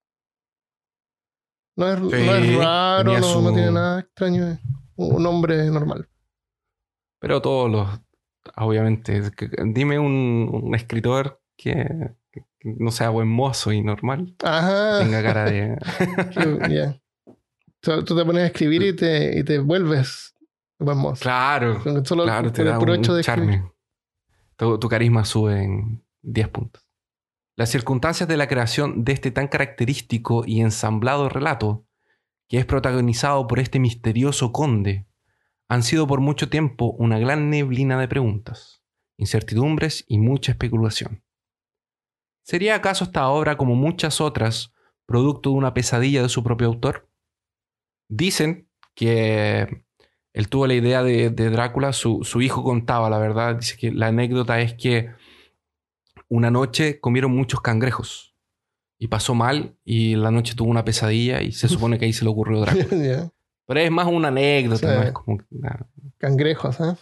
No es, Sí, no es raro, tenía no, su- no tiene nada extraño. Es un hombre normal. Pero todos los, obviamente, es que- dime un, un escritor que, que no sea buen mozo y normal, Ajá. tenga cara de... Que- ya. Tú tú te pones a escribir y te, y te vuelves buen mozo. Claro, Con- Solo claro, te por el da puro un, hecho un de escribir. charme. Tu, tu carisma sube en diez puntos. Las circunstancias de la creación de este tan característico y ensamblado relato, que es protagonizado por este misterioso conde, han sido por mucho tiempo una gran neblina de preguntas, incertidumbres y mucha especulación. ¿Sería acaso esta obra, como muchas otras, producto de una pesadilla de su propio autor? Dicen que él tuvo la idea de, de Drácula, su, su hijo contaba, la verdad, dice que la anécdota es que una noche comieron muchos cangrejos y pasó mal y la noche tuvo una pesadilla y se supone que ahí se le ocurrió Drácula. Yeah. Pero es más una anécdota, Sí. no es como... Nah. Cangrejos, ¿eh?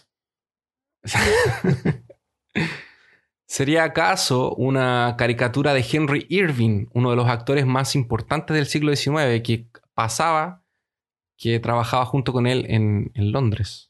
¿Sería acaso una caricatura de Henry Irving, uno de los actores más importantes del siglo diecinueve, que pasaba, que trabajaba junto con él en, en Londres?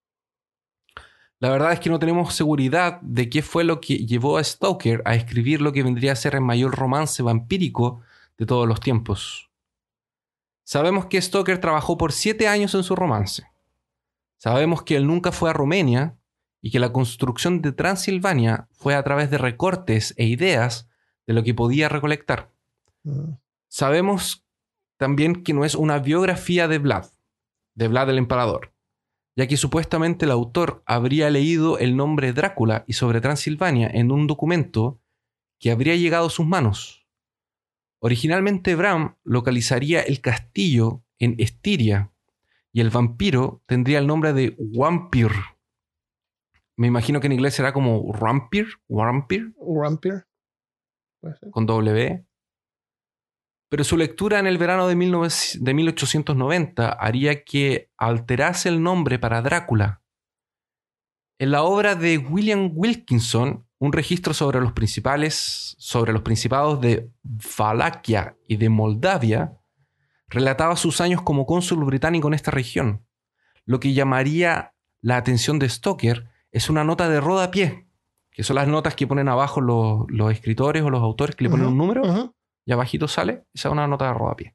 La verdad es que no tenemos seguridad de qué fue lo que llevó a Stoker a escribir lo que vendría a ser el mayor romance vampírico de todos los tiempos. Sabemos que Stoker trabajó por siete años en su romance. Sabemos que él nunca fue a Rumania y que la construcción de Transilvania fue a través de recortes e ideas de lo que podía recolectar. Mm. Sabemos también que no es una biografía de Vlad, de Vlad el Empalador, ya que supuestamente el autor habría leído el nombre Drácula y sobre Transilvania en un documento que habría llegado a sus manos. Originalmente Bram localizaría el castillo en Estiria y el vampiro tendría el nombre de Wampir. Me imagino que en inglés será como Wampir, Wampir, Vampire. Puede ser. con W. Pero su lectura en el verano de, mil ochocientos noventa haría que alterase el nombre para Drácula. En la obra de William Wilkinson, un registro sobre los principales, sobre los principados de Valaquia y de Moldavia, relataba sus años como cónsul británico en esta región. Lo que llamaría la atención de Stoker es una nota de rodapié, que son las notas que ponen abajo los, los escritores o los autores que le ponen Uh-huh, un número. uh-huh. Y abajito sale, esa es una nota de rodapié.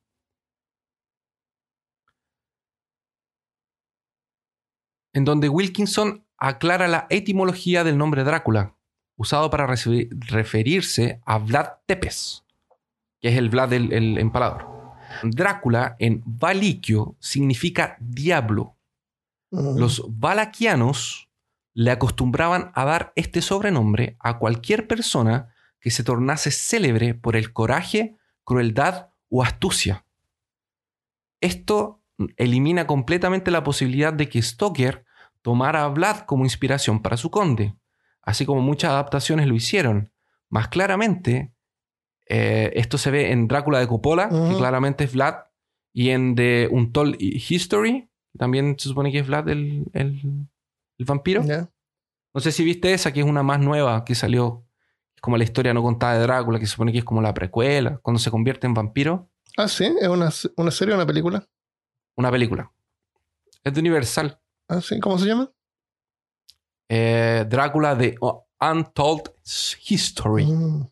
En donde Wilkinson aclara la etimología del nombre Drácula, usado para refe- referirse a Vlad Tepes, que es el Vlad el, el empalador. Drácula en valitio significa diablo. Uh-huh. Los valaquianos le acostumbraban a dar este sobrenombre a cualquier persona que se tornase célebre por el coraje, crueldad o astucia. Esto elimina completamente la posibilidad de que Stoker tomara a Vlad como inspiración para su conde, así como muchas adaptaciones lo hicieron. Más claramente, eh, esto se ve en Drácula de Coppola, Uh-huh. que claramente es Vlad, y en The Untold History, también se supone que es Vlad el, el, el vampiro. Yeah. No sé si viste esa, que es una más nueva que salió. Es como la historia no contada de Drácula, que se supone que es como la precuela, cuando se convierte en vampiro. Ah, sí, es una, una serie o una película. Una película. Es de Universal. Ah, sí, ¿cómo se llama? Eh, Drácula de Untold History. Mm.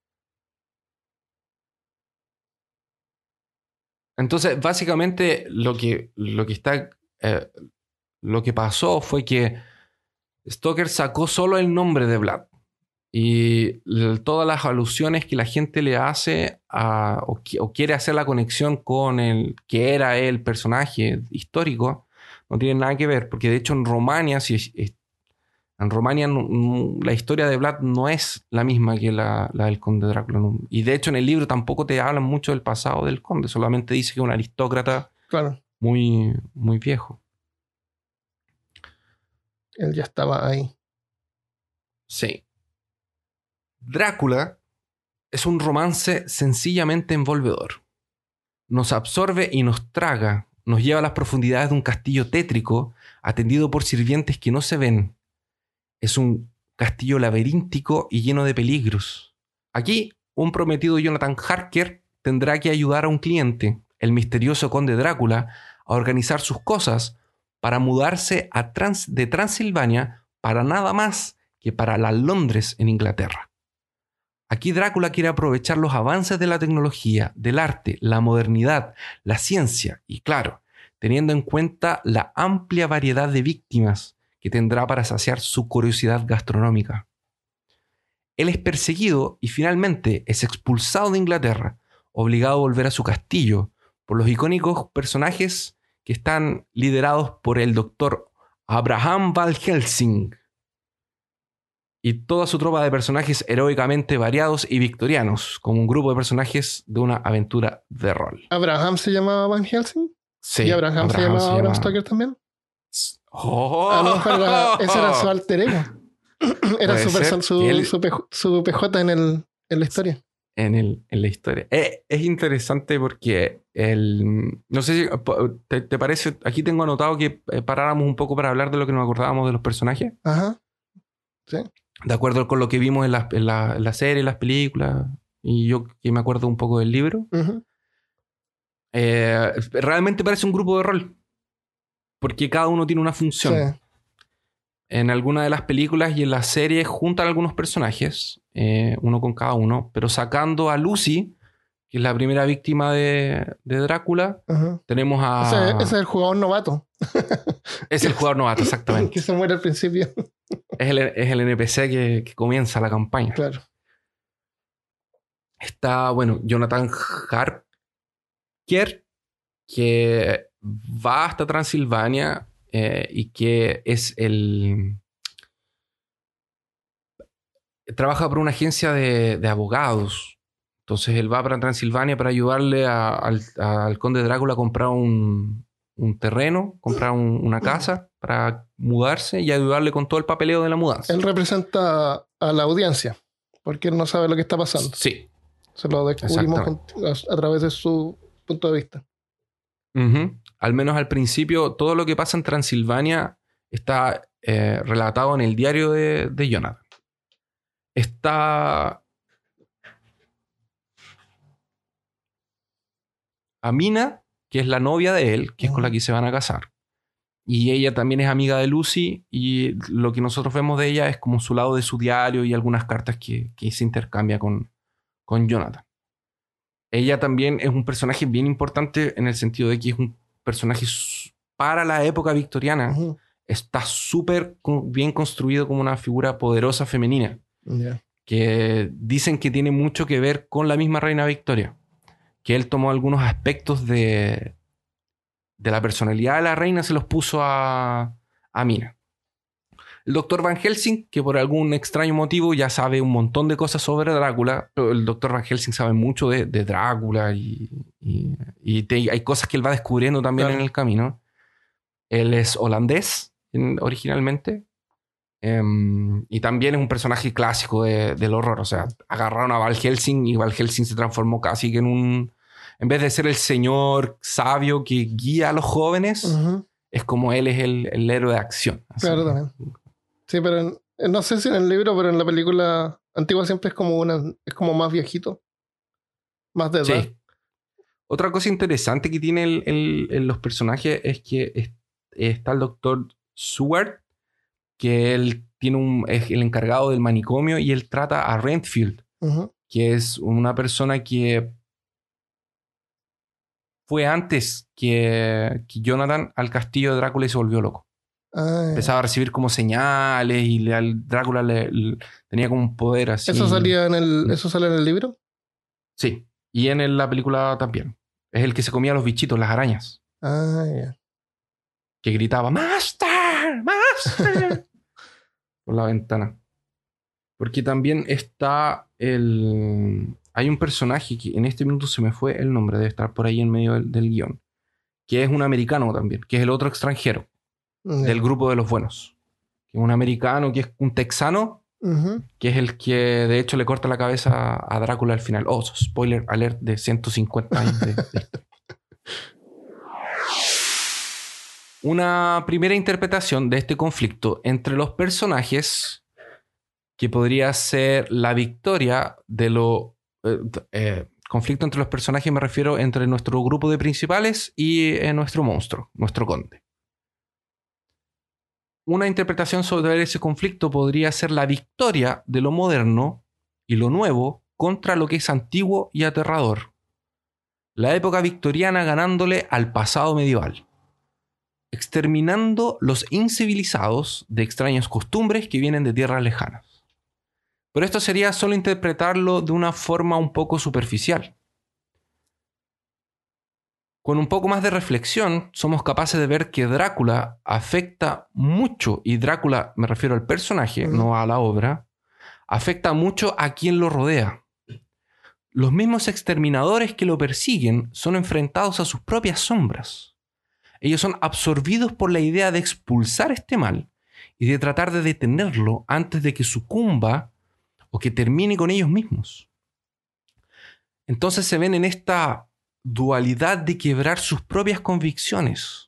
Entonces, básicamente, lo que, lo que está. Eh, lo que pasó fue que Stoker sacó solo el nombre de Vlad. Y l- todas las alusiones que la gente le hace a, o, qui- o quiere hacer la conexión con el que era el personaje histórico no tienen nada que ver, porque de hecho en Romania, si es- es- en Romania no- no- la historia de Vlad no es la misma que la, la del conde Drácula. ¿no? Y de hecho en el libro tampoco te hablan mucho del pasado del conde, solamente dice que es un aristócrata Claro, muy, muy viejo. él ya estaba ahí. Sí. Drácula es un romance sencillamente envolvedor. Nos absorbe y nos traga, nos lleva a las profundidades de un castillo tétrico atendido por sirvientes que no se ven. Es un castillo laberíntico y lleno de peligros. Aquí, un prometido Jonathan Harker tendrá que ayudar a un cliente, el misterioso conde Drácula, a organizar sus cosas para mudarse a Trans- de Transilvania para nada más que para la Londres en Inglaterra. Aquí Drácula quiere aprovechar los avances de la tecnología, del arte, la modernidad, la ciencia y, claro, teniendo en cuenta la amplia variedad de víctimas que tendrá para saciar su curiosidad gastronómica. Él es perseguido y finalmente es expulsado de Inglaterra, obligado a volver a su castillo por los icónicos personajes que están liderados por el doctor Abraham Van Helsing y toda su tropa de personajes heroicamente variados y victorianos, como un grupo de personajes de una aventura de rol. ¿Abraham se llamaba Van Helsing? Sí, ¿Y Abraham, Abraham se llamaba se Bram llama- Stoker también? ¡Oh! A lo mejor era- ese era su alter ego. Era Puede su, ser person- su, que él- su, P J su P J en, el, en la historia. En, el, en la historia. Eh, es interesante porque el, no sé si te, te parece, aquí tengo anotado que eh, paráramos un poco para hablar de lo que nos acordábamos de los personajes, Ajá. Sí. de acuerdo con lo que vimos en la, en la, en la serie, en las películas, y yo que me acuerdo un poco del libro. Ujú. Eh, realmente parece un grupo de rol, porque cada uno tiene una función. Sí. En alguna de las películas y en las series juntan algunos personajes, eh, uno con cada uno, pero sacando a Lucy, que es la primera víctima de, de Drácula, Ajá. tenemos a... Ese, ese es el jugador novato Es el jugador novato, exactamente. que se muere al principio. Es el, es el N P C que, que comienza la campaña. Claro. Está, bueno, Jonathan Harker, que va hasta Transilvania eh, y que es el... Trabaja por una agencia de, de abogados. Entonces él va para Transilvania para ayudarle a- al, al conde Drácula a comprar un, un terreno, comprar un- una casa para mudarse y ayudarle con todo el papeleo de la mudanza. Él representa a la audiencia porque él no sabe lo que está pasando. Sí. Se lo descubrimos Exactamente. con- a, a través de su punto de vista. Ujú. Al menos al principio, todo lo que pasa en Transilvania está eh, relatado en el diario de, de Jonathan. Está Amina, que es la novia de él, que es con la que se van a casar. Y ella también es amiga de Lucy y lo que nosotros vemos de ella es como su lado de su diario y algunas cartas que, que se intercambia con, con Jonathan. Ella también es un personaje bien importante en el sentido de que es un personaje s- para la época victoriana. Ujú. Está súper co- bien construido como una figura poderosa femenina, Ya. que dicen que tiene mucho que ver con la misma reina Victoria, que él tomó algunos aspectos de, de la personalidad de la reina, se los puso a, a Mina. El doctor Van Helsing, que por algún extraño motivo ya sabe un montón de cosas sobre Drácula. El doctor Van Helsing sabe mucho de, de Drácula y, y, y te- hay cosas que él va descubriendo también Claro. en el camino. Él es holandés en- originalmente. Em, y también es un personaje clásico de- del horror. O sea, agarraron a Van Helsing y Van Helsing se transformó casi que en un... En vez de ser el señor sabio que guía a los jóvenes, Ujú. es como él es el, el héroe de acción. Así. Claro, también. Sí, pero en- eh, no sé si en el libro, pero en la película antigua siempre es como una, es como más viejito. Más de edad. Sí. Otra cosa interesante que tiene el- el- el- los personajes es que es- está el doctor Seward, que él tiene un, es el encargado del manicomio y él trata a Renfield, Ujú. que es una persona que fue antes que, que Jonathan al castillo de Drácula y se volvió loco. Ah, ya. Empezaba a recibir como señales y le- al Drácula le, le- tenía como un poder así. ¿Eso salía en el, eso sale en el libro? Sí, y en el- la película también. Es el que se comía los bichitos, las arañas. Ah, ya. Que gritaba ¡Master! ¡Master! por la ventana. Porque también está el... Hay un personaje que en este minuto se me fue el nombre, debe estar por ahí en medio del, del guión, que es un americano también, que es el otro extranjero Ya. del grupo de los buenos. Que es un americano, que es un texano, Ujú. que es el que de hecho le corta la cabeza a Drácula al final. Oh, spoiler alert de ciento cincuenta años de, de historia. Una primera interpretación de este conflicto entre los personajes que podría ser la victoria de lo... eh, eh, conflicto entre los personajes me refiero entre nuestro grupo de principales y eh, nuestro monstruo, nuestro conde. Una interpretación sobre ese conflicto podría ser la victoria de lo moderno y lo nuevo contra lo que es antiguo y aterrador. La época victoriana ganándole al pasado medieval, exterminando los incivilizados de extrañas costumbres que vienen de tierras lejanas. Pero esto sería solo interpretarlo de una forma un poco superficial. Con un poco más de reflexión, somos capaces de ver que Drácula afecta mucho, y Drácula, me refiero al personaje, Mm. no a la obra, afecta mucho a quien lo rodea. Los mismos exterminadores que lo persiguen son enfrentados a sus propias sombras. Ellos son absorbidos por la idea de expulsar este mal y de tratar de detenerlo antes de que sucumba o que termine con ellos mismos. Entonces se ven en esta dualidad de quebrar sus propias convicciones.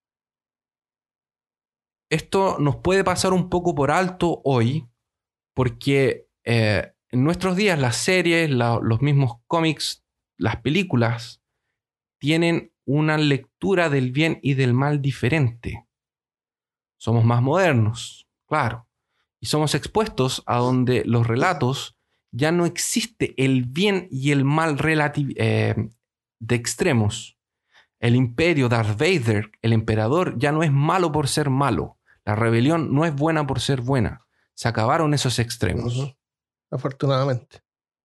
Esto nos puede pasar un poco por alto hoy, porque eh, en nuestros días las series, la, los mismos cómics, las películas, tienen una lectura del bien y del mal diferente. Somos más modernos, claro, y somos expuestos a donde los relatos ya no existe el bien y el mal relati- eh, de extremos. El imperio, Darth Vader, el emperador, ya no es malo por ser malo. La rebelión no es buena por ser buena. Se acabaron esos extremos. Uh-huh. Afortunadamente.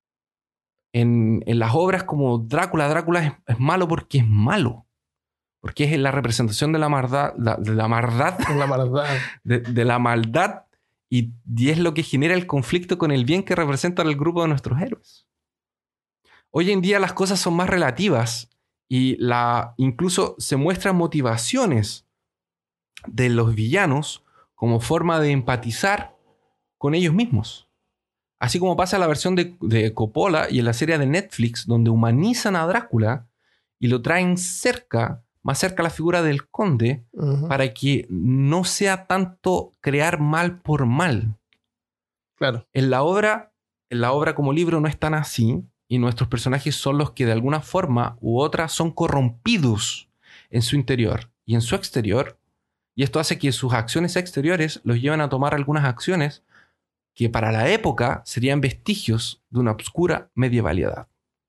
En, en las obras como Drácula, Drácula es, es malo porque es malo. Porque es la representación de la maldad, la, de la maldad, La maldad. de, de la maldad, y, y es lo que genera el conflicto con el bien que representa el grupo de nuestros héroes. Hoy en día las cosas son más relativas y la, incluso se muestran motivaciones de los villanos como forma de empatizar con ellos mismos. Así como pasa en la versión de, de Coppola y en la serie de Netflix, donde humanizan a Drácula y lo traen cerca, más cerca a la figura del conde, Uh-huh. para que no sea tanto crear mal por mal. Claro. En la obra, en la obra como libro no es tan así, y nuestros personajes son los que de alguna forma u otra son corrompidos en su interior y en su exterior, y esto hace que sus acciones exteriores los lleven a tomar algunas acciones que para la época serían vestigios de una oscura medievalidad.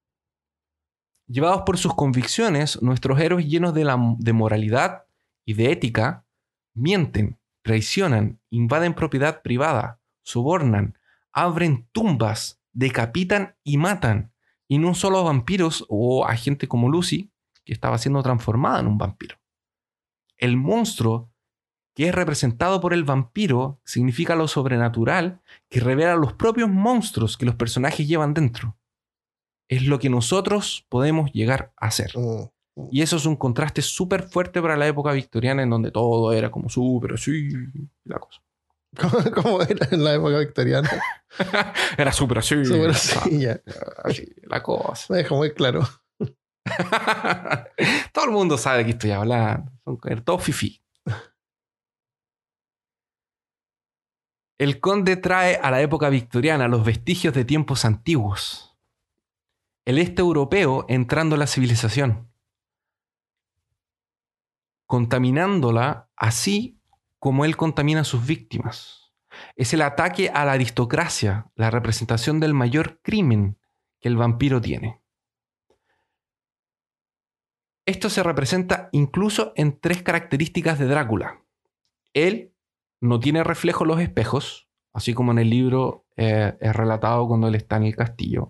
Llevados por sus convicciones, nuestros héroes llenos de, la, de moralidad y de ética mienten, traicionan, invaden propiedad privada, sobornan, abren tumbas, decapitan y matan. Y no solo a vampiros o a gente como Lucy, que estaba siendo transformada en un vampiro. El monstruo, que es representado por el vampiro, significa lo sobrenatural que revela los propios monstruos que los personajes llevan dentro. Es lo que nosotros podemos llegar a ser. Uh-huh. Y eso es un contraste súper fuerte para la época victoriana, en donde todo era como súper así, la cosa. ¿Cómo, cómo era en la época victoriana? Era súper así. Súper así, ya. Así, la cosa. Me deja muy claro. Todo el mundo sabe de qué estoy hablando. Son todos fifí. El conde trae a la época victoriana los vestigios de tiempos antiguos. El este europeo entrando a la civilización, contaminándola así como él contamina a sus víctimas. Es el ataque a la aristocracia, la representación del mayor crimen que el vampiro tiene. Esto se representa incluso en tres características de Drácula. Él no tiene reflejo en los espejos, así como en el libro eh, es relatado cuando él está en el castillo.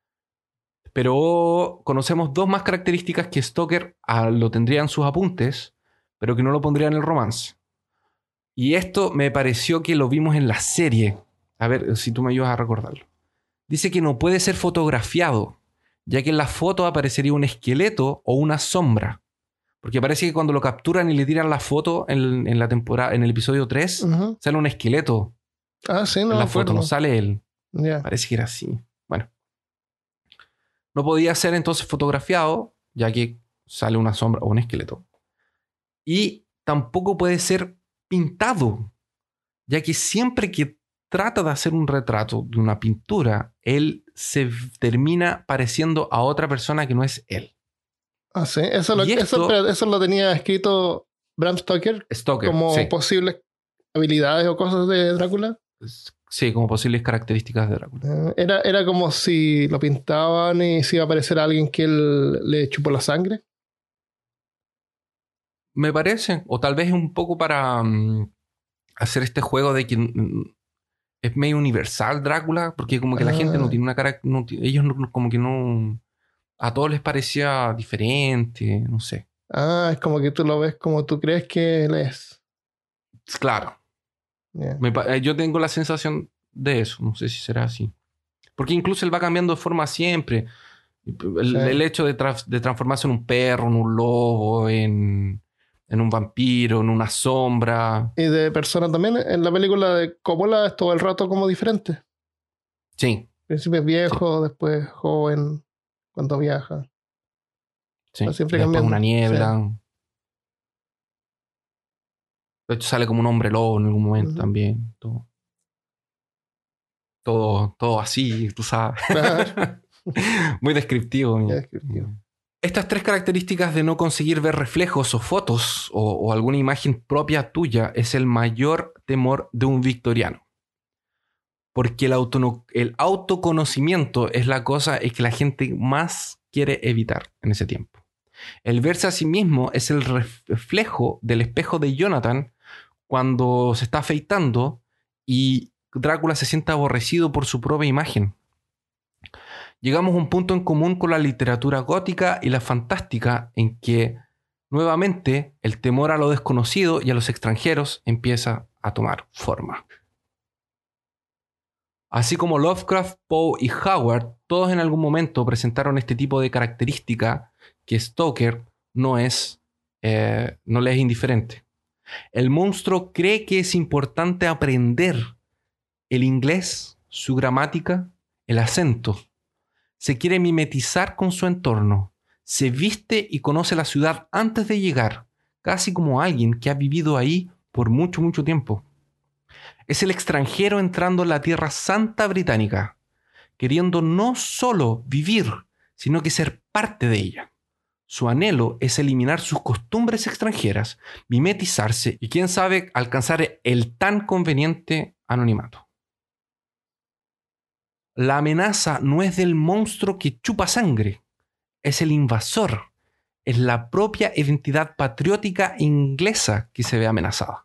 Pero conocemos dos más características que Stoker ah, lo tendría en sus apuntes, pero que no lo pondría en el romance. Y esto me pareció que lo vimos en la serie. A ver si tú me ayudas a recordarlo. Dice que no puede ser fotografiado, ya que en la foto aparecería un esqueleto o una sombra. Porque parece que cuando lo capturan y le tiran la foto en, en la temporada, en el episodio tres, Uh-huh. sale un esqueleto. Ah, sí, no En la me foto acuerdo. no sale él. Ya. Parece que era así. Bueno. No podía ser entonces fotografiado, ya que sale una sombra o un esqueleto. Y tampoco puede ser pintado, ya que siempre que trata de hacer un retrato de una pintura, él se termina pareciendo a otra persona que no es él. Ah, sí. Eso lo, Y esto- eso, espera, eso lo tenía escrito Bram Stoker Stoker, como sí. posibles habilidades o cosas de Drácula. Sí, como posibles características de Drácula. Eh, Era, era como si lo pintaban y si iba a aparecer alguien que él le chupó la sangre. Me parece, o tal vez un poco para um, hacer este juego de que mm, es medio universal Drácula, porque como que la Ah. gente no tiene una cara, no ti- ellos no- como que no, a todos les parecía diferente, no sé. Ah, es como que tú lo ves como tú crees que él es. Claro. Yeah. Me pa- yo tengo la sensación de eso. No sé si será así. Porque incluso él va cambiando de forma siempre. El, Sí. el hecho de, tra- de transformarse en un perro, en un lobo, en, en un vampiro, en una sombra. Y de persona también, en la película de Coppola es todo el rato como diferente. Sí, Al principio es viejo, después joven, cuando viaja. sí. Va siempre Después cambiando. una niebla. Sí. De hecho sale como un hombre lobo en algún momento Ujú. también. Todo, todo, todo así, tú sabes. Claro. Muy descriptivo. Ya descriptivo. Estas tres características de no conseguir ver reflejos o fotos o, o alguna imagen propia tuya es el mayor temor de un victoriano. Porque el, autono- el autoconocimiento es la cosa que la gente más quiere evitar en ese tiempo. El verse a sí mismo es el reflejo del espejo de Jonathan cuando se está afeitando y Drácula se siente aborrecido por su propia imagen. Llegamos a un punto en común con la literatura gótica y la fantástica en que nuevamente el temor a lo desconocido y a los extranjeros empieza a tomar forma. Así como Lovecraft, Poe y Howard, todos en algún momento presentaron este tipo de característica que Stoker no es, eh, no le es indiferente. El monstruo cree que es importante aprender el inglés, su gramática, el acento. Se quiere mimetizar con su entorno. Se viste y conoce la ciudad antes de llegar, casi como alguien que ha vivido ahí por mucho, mucho tiempo. Es el extranjero entrando en la tierra santa británica, queriendo no solo vivir, sino que ser parte de ella. Su anhelo es eliminar sus costumbres extranjeras, mimetizarse y, quién sabe, alcanzar el tan conveniente anonimato. La amenaza no es del monstruo que chupa sangre, es el invasor, es la propia identidad patriótica inglesa que se ve amenazada.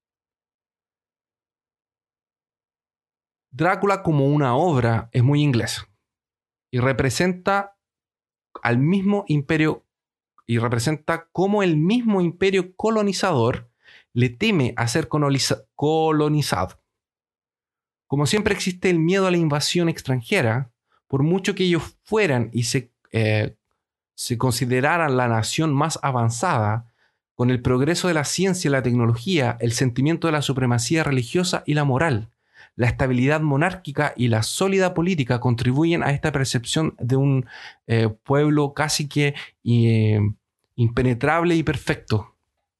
Drácula como una obra es muy inglesa y representa al mismo imperio y representa cómo el mismo imperio colonizador le teme a ser coloniza- colonizado. Como siempre existe el miedo a la invasión extranjera, por mucho que ellos fueran y se, eh, se consideraran la nación más avanzada, con el progreso de la ciencia y la tecnología, el sentimiento de la supremacía religiosa y la moral, la estabilidad monárquica y la sólida política contribuyen a esta percepción de un eh, pueblo casi que eh, impenetrable y perfecto.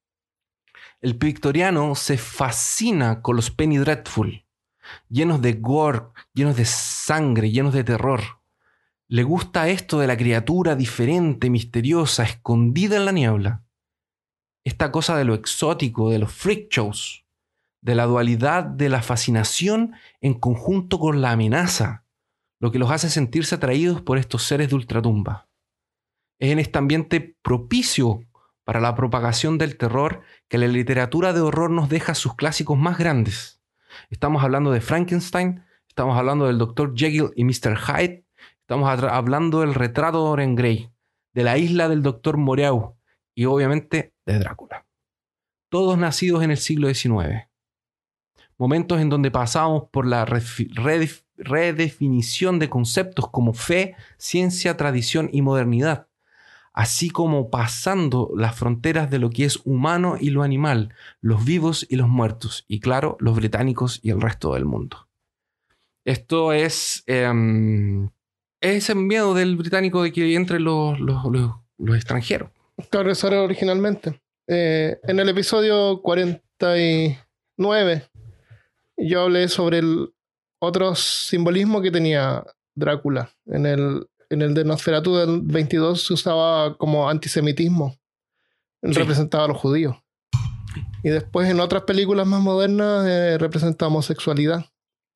El victoriano se fascina con los Penny Dreadful, llenos de gore, llenos de sangre, llenos de terror. Le gusta esto de la criatura diferente, misteriosa, escondida en la niebla. Esta cosa de lo exótico, de los freak shows, de la dualidad de la fascinación en conjunto con la amenaza, lo que los hace sentirse atraídos por estos seres de ultratumba. Es en este ambiente propicio para la propagación del terror que la literatura de horror nos deja sus clásicos más grandes. Estamos hablando de Frankenstein, estamos hablando del doctor Jekyll y mister Hyde, estamos hablando del retrato de Dorian Gray, de la isla del doctor Moreau y obviamente de Drácula. Todos nacidos en el siglo diecinueve. Momentos en donde pasamos por la redef- redefinición de conceptos como fe, ciencia, tradición y modernidad, así como pasando las fronteras de lo que es humano y lo animal, los vivos y los muertos, y claro, los británicos y el resto del mundo. Esto es, eh, es el miedo del británico de que entren los, los, los, los extranjeros. Claro, eso era originalmente. Eh, en el episodio cuarenta y nueve yo hablé sobre el otro simbolismo que tenía Drácula. En el, en el de Nosferatu del veintidós se usaba como antisemitismo. Él Sí. representaba a los judíos. Y después en otras películas más modernas eh, representa homosexualidad.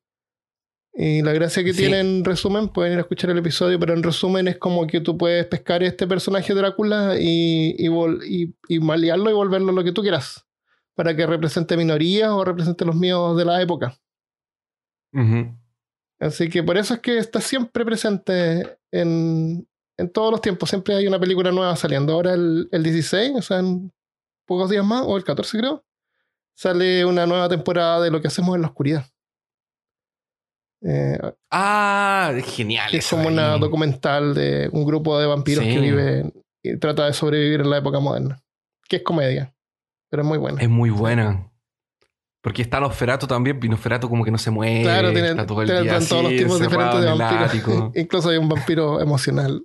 Y la gracia que Sí. tiene en resumen, pueden ir a escuchar el episodio, pero en resumen es como que tú puedes pescar este personaje Drácula y, y, vol- y, y malearlo y volverlo lo que tú quieras, para que represente minorías o represente los miedos de la época. Uh-huh. Así que por eso es que está siempre presente en, en todos los tiempos siempre hay una película nueva saliendo. Ahora el, el dieciséis, o sea, en pocos días más, o el catorce creo, sale una nueva temporada de Lo que hacemos en la oscuridad. Eh, Ah, genial. que es eso como ahí. una documental de un grupo de vampiros Sí. que vive y trata de sobrevivir en la época moderna. Que es comedia, pero es muy buena. Es muy buena. Porque está Nosferatu también, y Nosferatu como que no se mueve. Claro, tienen, está todo el tienen día todos los así, tipos encerrado diferentes de en el vampiros. ático. Incluso hay un vampiro emocional.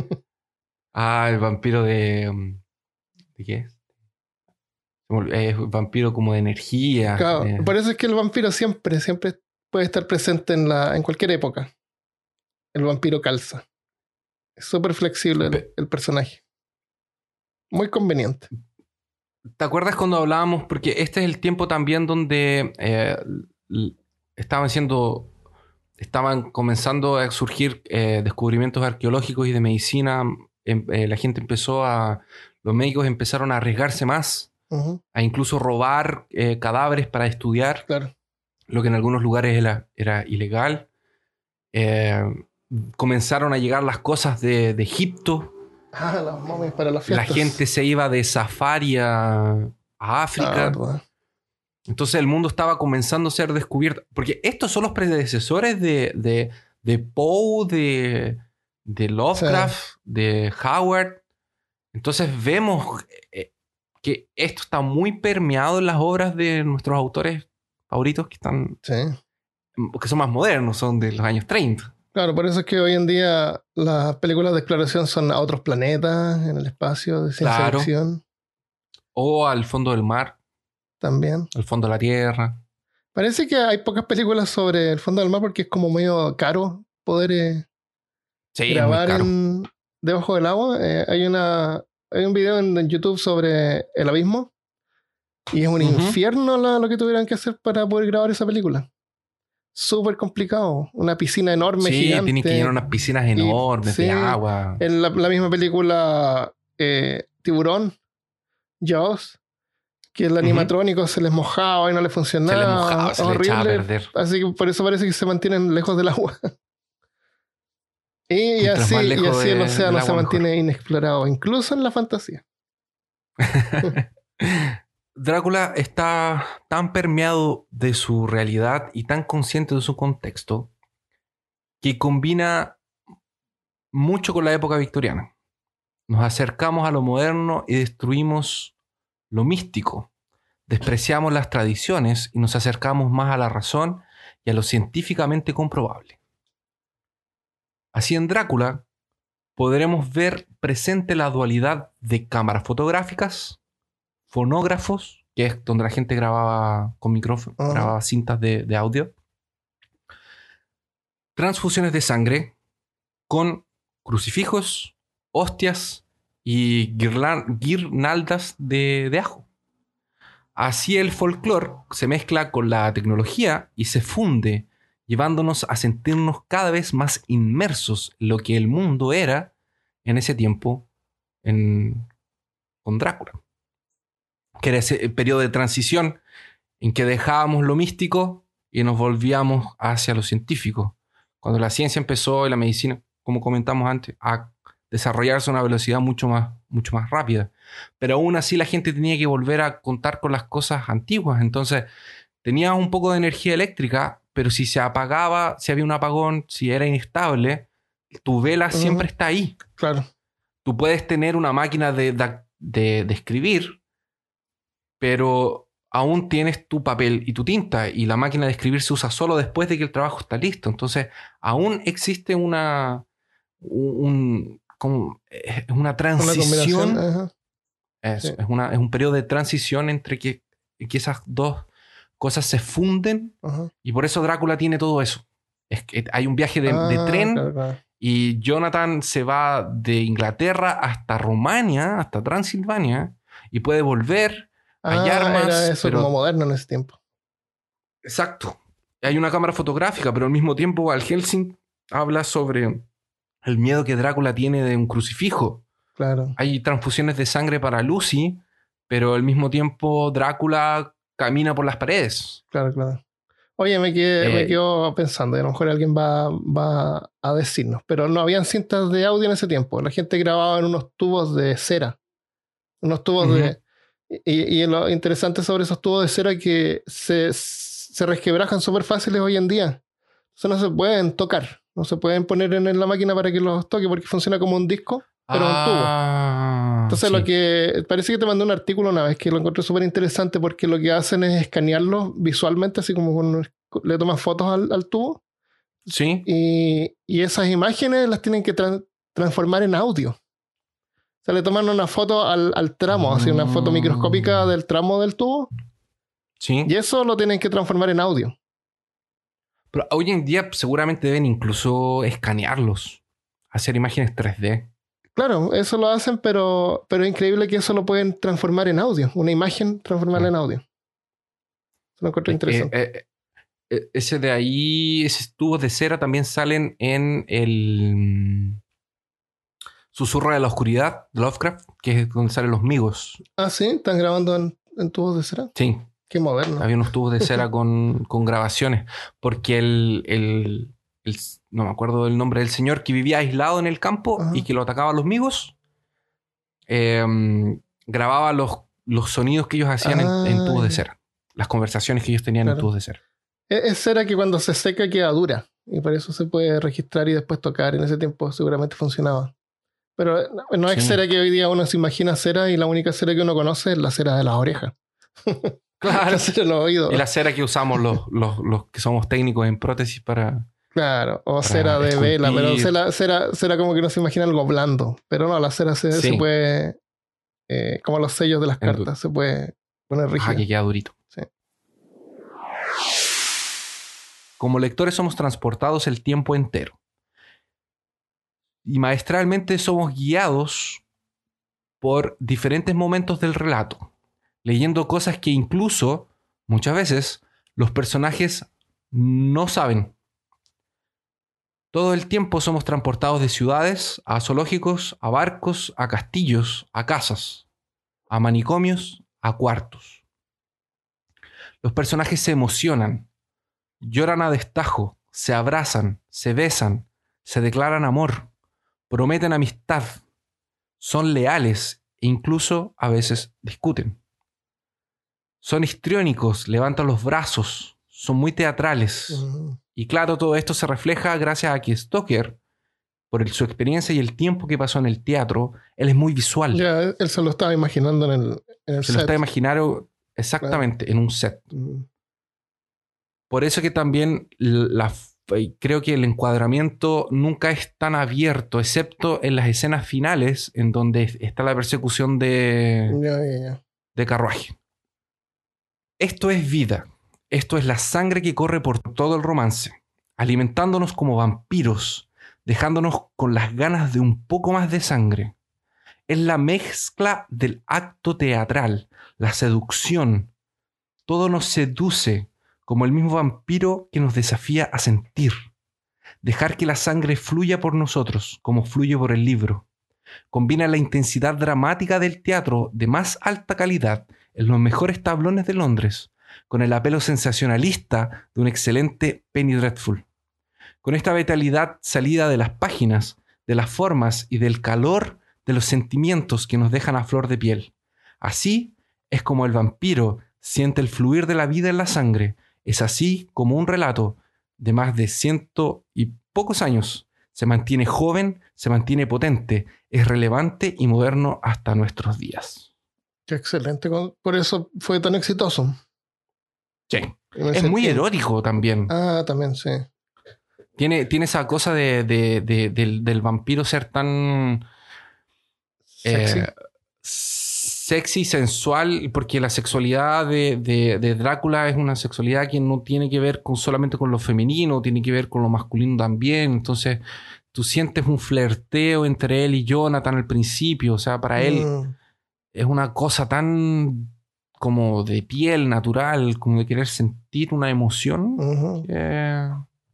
Ah, el vampiro de... um, ¿De qué es? Se me olvidó. Es un vampiro como de energía. Claro, de- por eso es que el vampiro siempre, siempre puede estar presente en, la, en cualquier época. El vampiro calza. Es súper flexible el, Pe- el personaje. Muy conveniente. ¿Te acuerdas cuando hablábamos? Porque este es el tiempo también donde eh, l- estaban siendo... Estaban comenzando a surgir eh, descubrimientos arqueológicos y de medicina. Em- eh, la gente empezó a... Los médicos empezaron a arriesgarse más, Ujú, a incluso robar eh, cadáveres para estudiar, claro. lo que en algunos lugares era, era ilegal. Eh, comenzaron a llegar las cosas de, de Egipto. Ah, las momias para las La fiestas. gente se iba de safari a, a Ah, África. verdad. Entonces el mundo estaba comenzando a ser descubierto. Porque estos son los predecesores de, de, de Poe, de, de Lovecraft, de Howard. Entonces vemos eh, que esto está muy permeado en las obras de nuestros autores favoritos que están, Sí. que son más modernos, son de los años treinta. Claro, por eso es que hoy en día las películas de exploración son a otros planetas, en el espacio, de ciencia Claro. ficción O al fondo del mar, también. al fondo de la tierra. Parece que hay pocas películas sobre el fondo del mar porque es como medio caro poder eh, Sí, es muy grabar caro. en, debajo del agua. Eh, hay, una, hay un video en, en YouTube sobre el abismo y es un Ujú. infierno la- lo que tuvieran que hacer para poder grabar esa película. Súper complicado. Una piscina enorme, Sí, gigante. tienen que llenar unas piscinas enormes sí, de agua. En la, la misma película eh, Tiburón, Jaws, que el Ujú. animatrónico se les mojaba y no le Se funcionaba. le mojaba, se le echaba a horrible. perder. Así que por eso parece que se mantienen lejos del agua. y, y Mientras así, más y lejos así el de- océano del se agua, mantiene inexplorado, incluso en la fantasía. Drácula está tan permeado de su realidad y tan consciente de su contexto que combina mucho con la época victoriana. Nos acercamos a lo moderno y destruimos lo místico. Despreciamos las tradiciones y nos acercamos más a la razón y a lo científicamente comprobable. Así en Drácula podremos ver presente la dualidad de cámaras fotográficas, fonógrafos, que es donde la gente grababa con micrófono, Ajá. grababa cintas de, de audio, transfusiones de sangre con crucifijos, hostias y guirlan- guirnaldas de, de ajo. Así el folclore se mezcla con la tecnología y se funde, llevándonos a sentirnos cada vez más inmersos en lo que el mundo era en ese tiempo en, con Drácula. Que era ese periodo de transición en que dejábamos lo místico y nos volvíamos hacia lo científico. Cuando la ciencia empezó y la medicina, como comentamos antes, a desarrollarse a una velocidad mucho más, mucho más rápida. Pero aún así la gente tenía que volver a contar con las cosas antiguas. Entonces tenías un poco de energía eléctrica, pero si se apagaba, si había un apagón, si era inestable, tu vela Ujú. siempre está ahí. Claro. Tú puedes tener una máquina de, de, de, de escribir, pero aún tienes tu papel y tu tinta y la máquina de escribir se usa solo después de que el trabajo está listo. Entonces, aún existe una un, como, es una Una transición. combinación. Ajá. Eso, Sí. es, una, es un periodo de transición entre que, que esas dos cosas se funden Ajá. y por eso Drácula tiene todo eso. Es que hay un viaje de, Ah, de tren claro, claro. y Jonathan se va de Inglaterra hasta Rumania, hasta Transilvania y puede volver. Hay Ah, armas, era eso pero- como moderno en ese tiempo. Exacto. Hay una cámara fotográfica, pero al mismo tiempo Van Helsing habla sobre el miedo que Drácula tiene de un crucifijo. Claro. Hay transfusiones de sangre para Lucy, pero al mismo tiempo Drácula camina por las paredes. Claro, claro. Oye, me quedé, Eh, me quedo pensando, y a lo mejor alguien va, va a decirnos, pero no habían cintas de audio en ese tiempo. La gente grababa en unos tubos de cera, unos tubos Ujú. de... Y, y lo interesante sobre esos tubos de cera es que se, se resquebrajan súper fáciles hoy en día. Entonces no se pueden tocar, no se pueden poner en, en la máquina para que los toque porque funciona como un disco, pero es un tubo. Ah, Entonces sí. lo que... Parece que te mandé un artículo una vez que lo encontré súper interesante porque lo que hacen es escanearlo visualmente, así como con, le toman fotos al, al tubo. Sí. Y, y esas imágenes las tienen que tra- transformar en audio. O sea, le toman una foto al, al tramo, así una foto microscópica del tramo del tubo, Sí. y eso lo tienen que transformar en audio. Pero hoy en día seguramente deben incluso escanearlos, hacer imágenes tres D. Claro, eso lo hacen, pero, pero es increíble que eso lo pueden transformar en audio. Una imagen, transformarla en audio. Eso lo encuentro Es que, interesante. eh, eh, ese de ahí, esos tubos de cera también salen en el mm, Susurro de la Oscuridad de Lovecraft, que es donde salen los migos. Ah, sí, están grabando en, en tubos de cera. Sí, Qué moderno. había unos tubos de cera con, con grabaciones, porque el, el, el- no me acuerdo del nombre del señor que vivía aislado en el campo Ajá. y que lo atacaban los migos, eh, grababa los, los sonidos que ellos hacían en, en Ah, tubos de ya. cera, las conversaciones que ellos tenían en Claro. tubos de cera. Es, es cera que cuando se seca queda dura. Y por eso se puede registrar y después tocar. En ese tiempo seguramente funcionaba. Pero no, no es Sí. cera que hoy día uno se imagina cera y la única cera que uno conoce es la cera de las orejas. Claro. La cera de los oídos. Y la cera que usamos los, los, los que somos técnicos en prótesis para... Claro, o Para cera de vela, pero esculpir. cera, cera, cera como que no se imagina algo blando. Pero no, la cera se, Sí. se puede, eh, como los sellos de las En- cartas, se puede poner Ah, rígida. que queda durito. Sí. Como lectores somos transportados el tiempo entero. Y maestralmente somos guiados por diferentes momentos del relato, leyendo cosas que incluso, muchas veces, los personajes no saben. Todo el tiempo somos transportados de ciudades a zoológicos, a barcos, a castillos, a casas, a manicomios, a cuartos. Los personajes se emocionan, lloran a destajo, se abrazan, se besan, se declaran amor, prometen amistad, son leales e incluso a veces discuten. Son histriónicos, levantan los brazos, son muy teatrales. Mm. Y claro, todo esto se refleja gracias a que Stoker, por el- su experiencia y el tiempo que pasó en el teatro, él es muy visual. Ya, él se lo estaba imaginando en el, en el Se lo set. está imaginando exactamente en un set. Mm. Por eso que también la, creo que el encuadramiento nunca es tan abierto, excepto en las escenas finales, en donde está la persecución de, Ya, ya, ya. de carruaje. Esto es vida. Esto es la sangre que corre por todo el romance, alimentándonos como vampiros, dejándonos con las ganas de un poco más de sangre. Es la mezcla del acto teatral, la seducción. Todo nos seduce, como el mismo vampiro que nos desafía a sentir. Dejar que la sangre fluya por nosotros, como fluye por el libro. Combina la intensidad dramática del teatro de más alta calidad en los mejores tablones de Londres, con el apelo sensacionalista de un excelente Penny Dreadful. Con esta vitalidad salida de las páginas, de las formas y del calor de los sentimientos que nos dejan a flor de piel. Así es como el vampiro siente el fluir de la vida en la sangre. Es así como un relato de más de ciento y pocos años se mantiene joven, se mantiene potente, es relevante y moderno hasta nuestros días. Qué excelente. con- Por eso fue tan exitoso. Sí. En el Es muy sentido- erótico también. Ah, también, sí. Tiene, tiene esa cosa de, de- de- del, del vampiro ser tan Sexy. eh, sexy, sensual, porque la sexualidad de, de- de Drácula es una sexualidad que no tiene que ver con, solamente con lo femenino, tiene que ver con lo masculino también. Entonces tú sientes un flirteo entre él y Jonathan al principio. O sea, para él Mm. es una cosa tan como de piel natural, como de querer sentir una emoción. Ujú. Eh,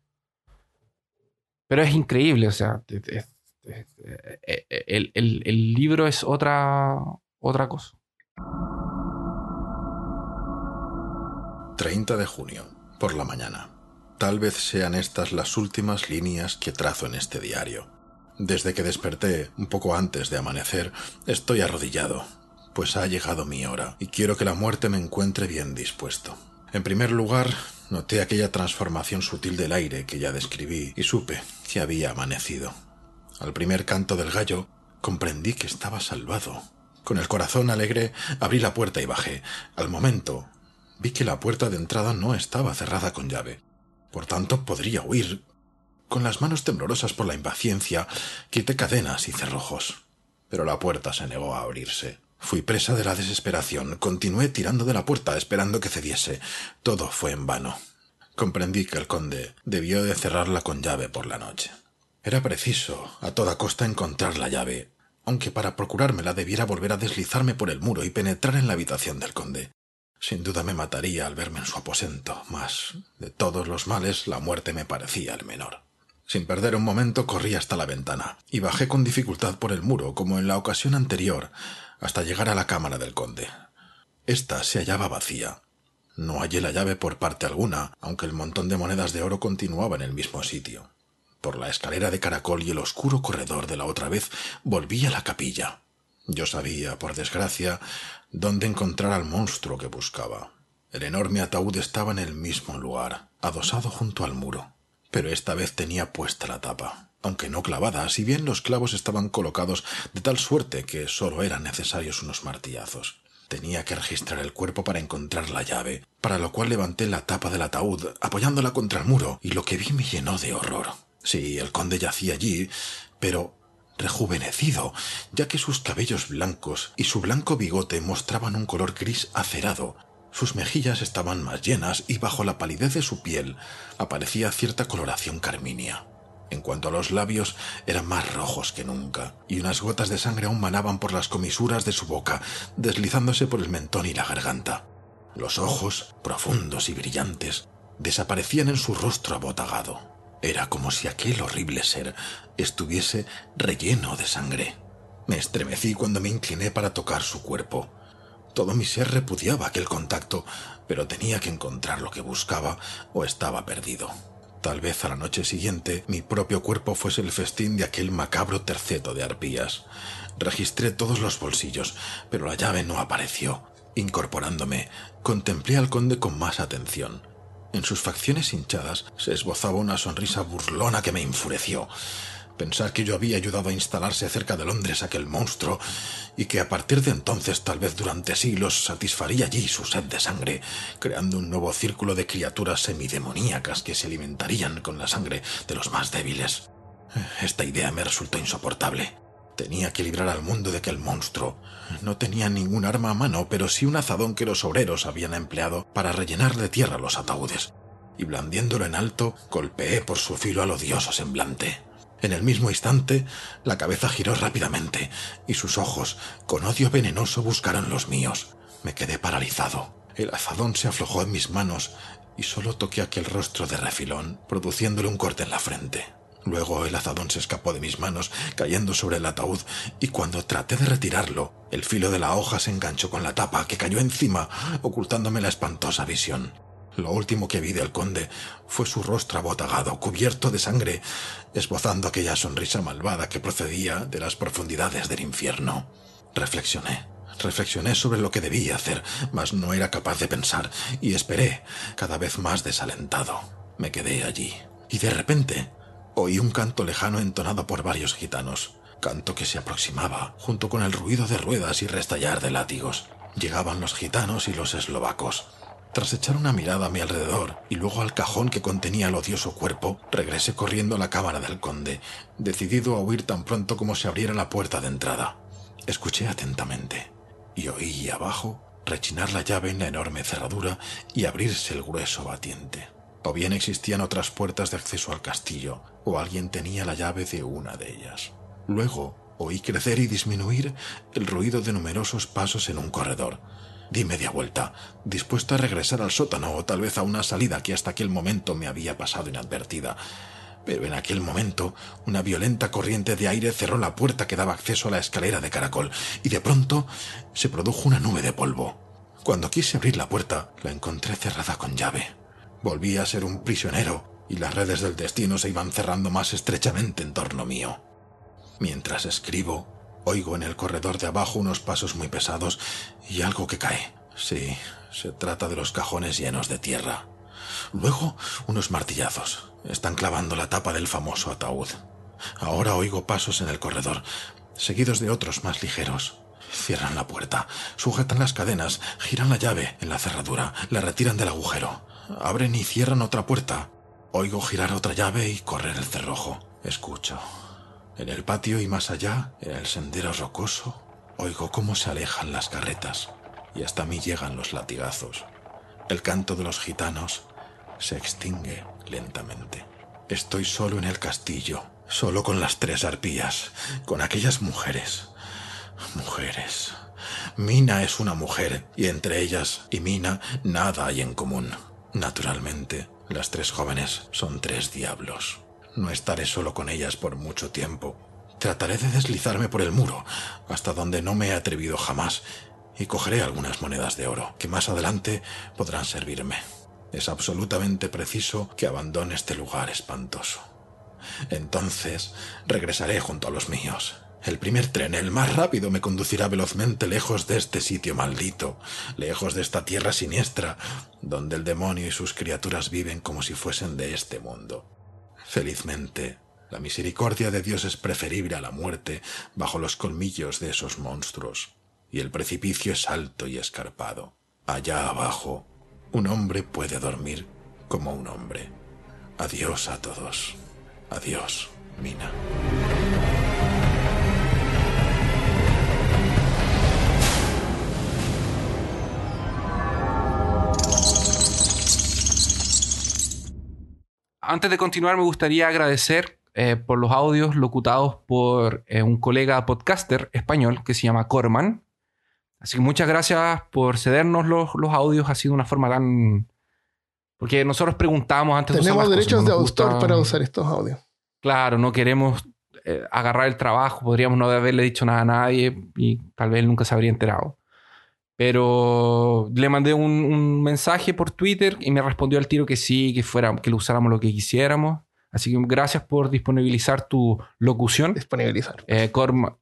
pero es increíble, o sea, es- es- es- eh, el, el- el libro es otra, otra cosa. treinta de junio. por la mañana. Tal vez sean estas las últimas líneas que trazo en este diario. Desde que desperté, un poco antes de amanecer, estoy arrodillado, pues ha llegado mi hora y quiero que la muerte me encuentre bien dispuesto. En primer lugar, noté aquella transformación sutil del aire que ya describí y supe que había amanecido. Al primer canto del gallo, comprendí que estaba salvado. Con el corazón alegre, abrí la puerta y bajé. Al momento, vi que la puerta de entrada no estaba cerrada con llave. Por tanto, podría huir. Con las manos temblorosas por la impaciencia, quité cadenas y cerrojos. Pero la puerta se negó a abrirse. Fui presa de la desesperación. Continué tirando de la puerta, esperando que cediese. Todo fue en vano. Comprendí que el conde debió de cerrarla con llave por la noche. Era preciso, a toda costa, encontrar la llave, aunque para procurármela debiera volver a deslizarme por el muro y penetrar en la habitación del conde. Sin duda me mataría al verme en su aposento, mas de todos los males la muerte me parecía el menor. Sin perder un momento corrí hasta la ventana y bajé con dificultad por el muro, como en la ocasión anterior, hasta llegar a la cámara del conde. Esta se hallaba vacía. No hallé la llave por parte alguna, aunque el montón de monedas de oro continuaba en el mismo sitio. Por la escalera de caracol y el oscuro corredor de la otra vez volví a la capilla. Yo sabía, por desgracia, dónde encontrar al monstruo que buscaba. El enorme ataúd estaba en el mismo lugar, adosado junto al muro. Pero esta vez tenía puesta la tapa, aunque no clavada, si bien los clavos estaban colocados de tal suerte que solo eran necesarios unos martillazos. Tenía que registrar el cuerpo para encontrar la llave, para lo cual levanté la tapa del ataúd, apoyándola contra el muro, y lo que vi me llenó de horror. Sí, el conde yacía allí, pero rejuvenecido, ya que sus cabellos blancos y su blanco bigote mostraban un color gris acerado. Sus mejillas estaban más llenas y bajo la palidez de su piel aparecía cierta coloración carmínea. En cuanto a los labios, eran más rojos que nunca, y unas gotas de sangre aún manaban por las comisuras de su boca, deslizándose por el mentón y la garganta. Los ojos, profundos y brillantes, desaparecían en su rostro abotagado. Era como si aquel horrible ser estuviese relleno de sangre. Me estremecí cuando me incliné para tocar su cuerpo. Todo mi ser repudiaba aquel contacto, pero tenía que encontrar lo que buscaba o estaba perdido. Tal vez a la noche siguiente mi propio cuerpo fuese el festín de aquel macabro terceto de arpías. Registré todos los bolsillos, pero la llave no apareció. Incorporándome, contemplé al conde con más atención. En sus facciones hinchadas se esbozaba una sonrisa burlona que me enfureció. Pensar que yo había ayudado a instalarse cerca de Londres aquel monstruo y que a partir de entonces, tal vez durante siglos, satisfaría allí su sed de sangre, creando un nuevo círculo de criaturas semidemoníacas que se alimentarían con la sangre de los más débiles. Esta idea me resultó insoportable. Tenía que librar al mundo de aquel monstruo. No tenía ningún arma a mano, pero sí un azadón que los obreros habían empleado para rellenar de tierra los ataúdes, y blandiéndolo en alto, golpeé por su filo al odioso semblante. En el mismo instante, la cabeza giró rápidamente, y sus ojos, con odio venenoso, buscaron los míos. Me quedé paralizado. El azadón se aflojó en mis manos, y solo toqué aquel rostro de refilón, produciéndole un corte en la frente. Luego el azadón se escapó de mis manos, cayendo sobre el ataúd, y cuando traté de retirarlo, el filo de la hoja se enganchó con la tapa, que cayó encima, ocultándome la espantosa visión. Lo último que vi del conde fue su rostro abotagado, cubierto de sangre, esbozando aquella sonrisa malvada que procedía de las profundidades del infierno. Reflexioné. Reflexioné sobre lo que debía hacer, mas no era capaz de pensar, y esperé, cada vez más desalentado. Me quedé allí, y de repente oí un canto lejano entonado por varios gitanos, canto que se aproximaba, junto con el ruido de ruedas y restallar de látigos. Llegaban los gitanos y los eslovacos. Tras echar una mirada a mi alrededor y luego al cajón que contenía el odioso cuerpo, regresé corriendo a la cámara del conde, decidido a huir tan pronto como se abriera la puerta de entrada. Escuché atentamente y oí abajo rechinar la llave en la enorme cerradura y abrirse el grueso batiente. O bien existían otras puertas de acceso al castillo, o alguien tenía la llave de una de ellas. Luego oí crecer y disminuir el ruido de numerosos pasos en un corredor. Di media vuelta, dispuesto a regresar al sótano o tal vez a una salida que hasta aquel momento me había pasado inadvertida. Pero en aquel momento una violenta corriente de aire cerró la puerta que daba acceso a la escalera de caracol, y de pronto se produjo una nube de polvo. Cuando quise abrir la puerta, la encontré cerrada con llave. Volví a ser un prisionero y las redes del destino se iban cerrando más estrechamente en torno mío. Mientras escribo, oigo en el corredor de abajo unos pasos muy pesados y algo que cae. Sí, se trata de los cajones llenos de tierra. Luego, unos martillazos. Están clavando la tapa del famoso ataúd. Ahora oigo pasos en el corredor, seguidos de otros más ligeros. Cierran la puerta, sujetan las cadenas, giran la llave en la cerradura, la retiran del agujero. Abren y cierran otra puerta. Oigo girar otra llave y correr el cerrojo. Escucho. En el patio y más allá, en el sendero rocoso, oigo cómo se alejan las carretas y hasta mí llegan los latigazos. El canto de los gitanos se extingue lentamente. Estoy solo en el castillo, solo con las tres arpías, con aquellas mujeres. Mujeres. Mina es una mujer y entre ellas y Mina nada hay en común. Naturalmente, las tres jóvenes son tres diablos. No estaré solo con ellas por mucho tiempo. Trataré de deslizarme por el muro, hasta donde no me he atrevido jamás, y cogeré algunas monedas de oro, que más adelante podrán servirme. Es absolutamente preciso que abandone este lugar espantoso. Entonces, regresaré junto a los míos. El primer tren, el más rápido, me conducirá velozmente lejos de este sitio maldito, lejos de esta tierra siniestra, donde el demonio y sus criaturas viven como si fuesen de este mundo. Felizmente, la misericordia de Dios es preferible a la muerte bajo los colmillos de esos monstruos, y el precipicio es alto y escarpado. Allá abajo, un hombre puede dormir como un hombre. Adiós a todos. Adiós, Mina. Antes de continuar, me gustaría agradecer eh, por los audios locutados por eh, un colega podcaster español que se llama Corman. Así que muchas gracias por cedernos los, los audios. Ha sido una forma tan... Porque nosotros preguntamos antes de usar Tenemos las derechos cosas, de nos autor gusta- para usar estos audios. Claro, no queremos eh, agarrar el trabajo. Podríamos no haberle dicho nada a nadie y tal vez él nunca se habría enterado. Pero le mandé un, un mensaje por Twitter y me respondió al tiro que sí, que fuera, que lo usáramos lo que quisiéramos. Así que gracias por disponibilizar tu locución. Disponibilizar. Eh, Corma-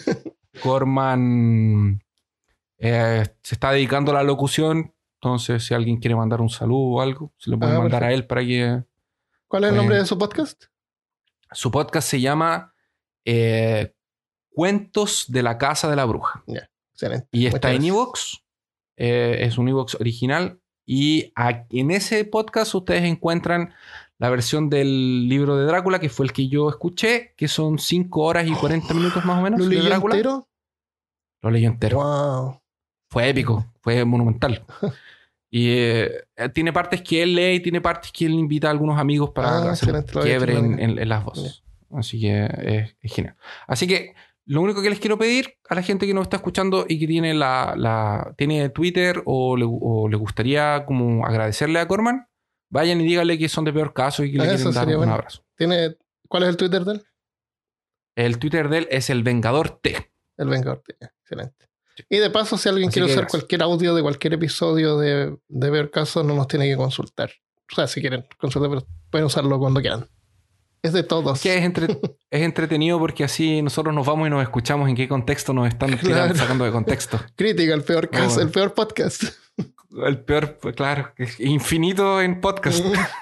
Corman eh, se está dedicando a la locución. Entonces, si alguien quiere mandar un saludo o algo, se lo pueden Ah, mandar perfecto. a él para que... ¿Cuál es el Pues- nombre de su podcast? Su podcast se llama eh, Cuentos de la Casa de la Bruja. Excelente. Y Muchas está en gracias. iVoox. Eh, es un iVoox original. Y a- en ese podcast ustedes encuentran la versión del libro de Drácula, que fue el que yo escuché, que son cinco horas y cuarenta minutos más o menos. ¿Lo de leí Drácula. entero? Lo leí entero. Wow. Fue épico, fue monumental. Y eh, tiene partes que él lee y tiene partes que él invita a algunos amigos para Ah, hacer excelente, lo un voy a quiebre en, echar en- en las voces. Así que es, es genial. Así que lo único que les quiero pedir a la gente que nos está escuchando y que tiene la, la tiene Twitter o le, o le gustaría como agradecerle a Corman, vayan y díganle que son de peor caso y que le Ah, quieren eso dar sería un bueno. abrazo. ¿Tiene... ¿Cuál es el Twitter de él? El Twitter de él es el Vengador T. El Vengador. Excelente. Y de paso, si alguien Así quiere que usar gracias. cualquier audio de cualquier episodio de, de Ver Caso, no nos tiene que consultar. O sea, si quieren consultar, pero pueden usarlo cuando quieran. Es de todos. Que es, entre- es entretenido porque así nosotros nos vamos y nos escuchamos en qué contexto nos están tirando- Claro. sacando de contexto. Crítica, el peor caso, bueno. el peor podcast. El peor, pues, claro, es infinito en podcast.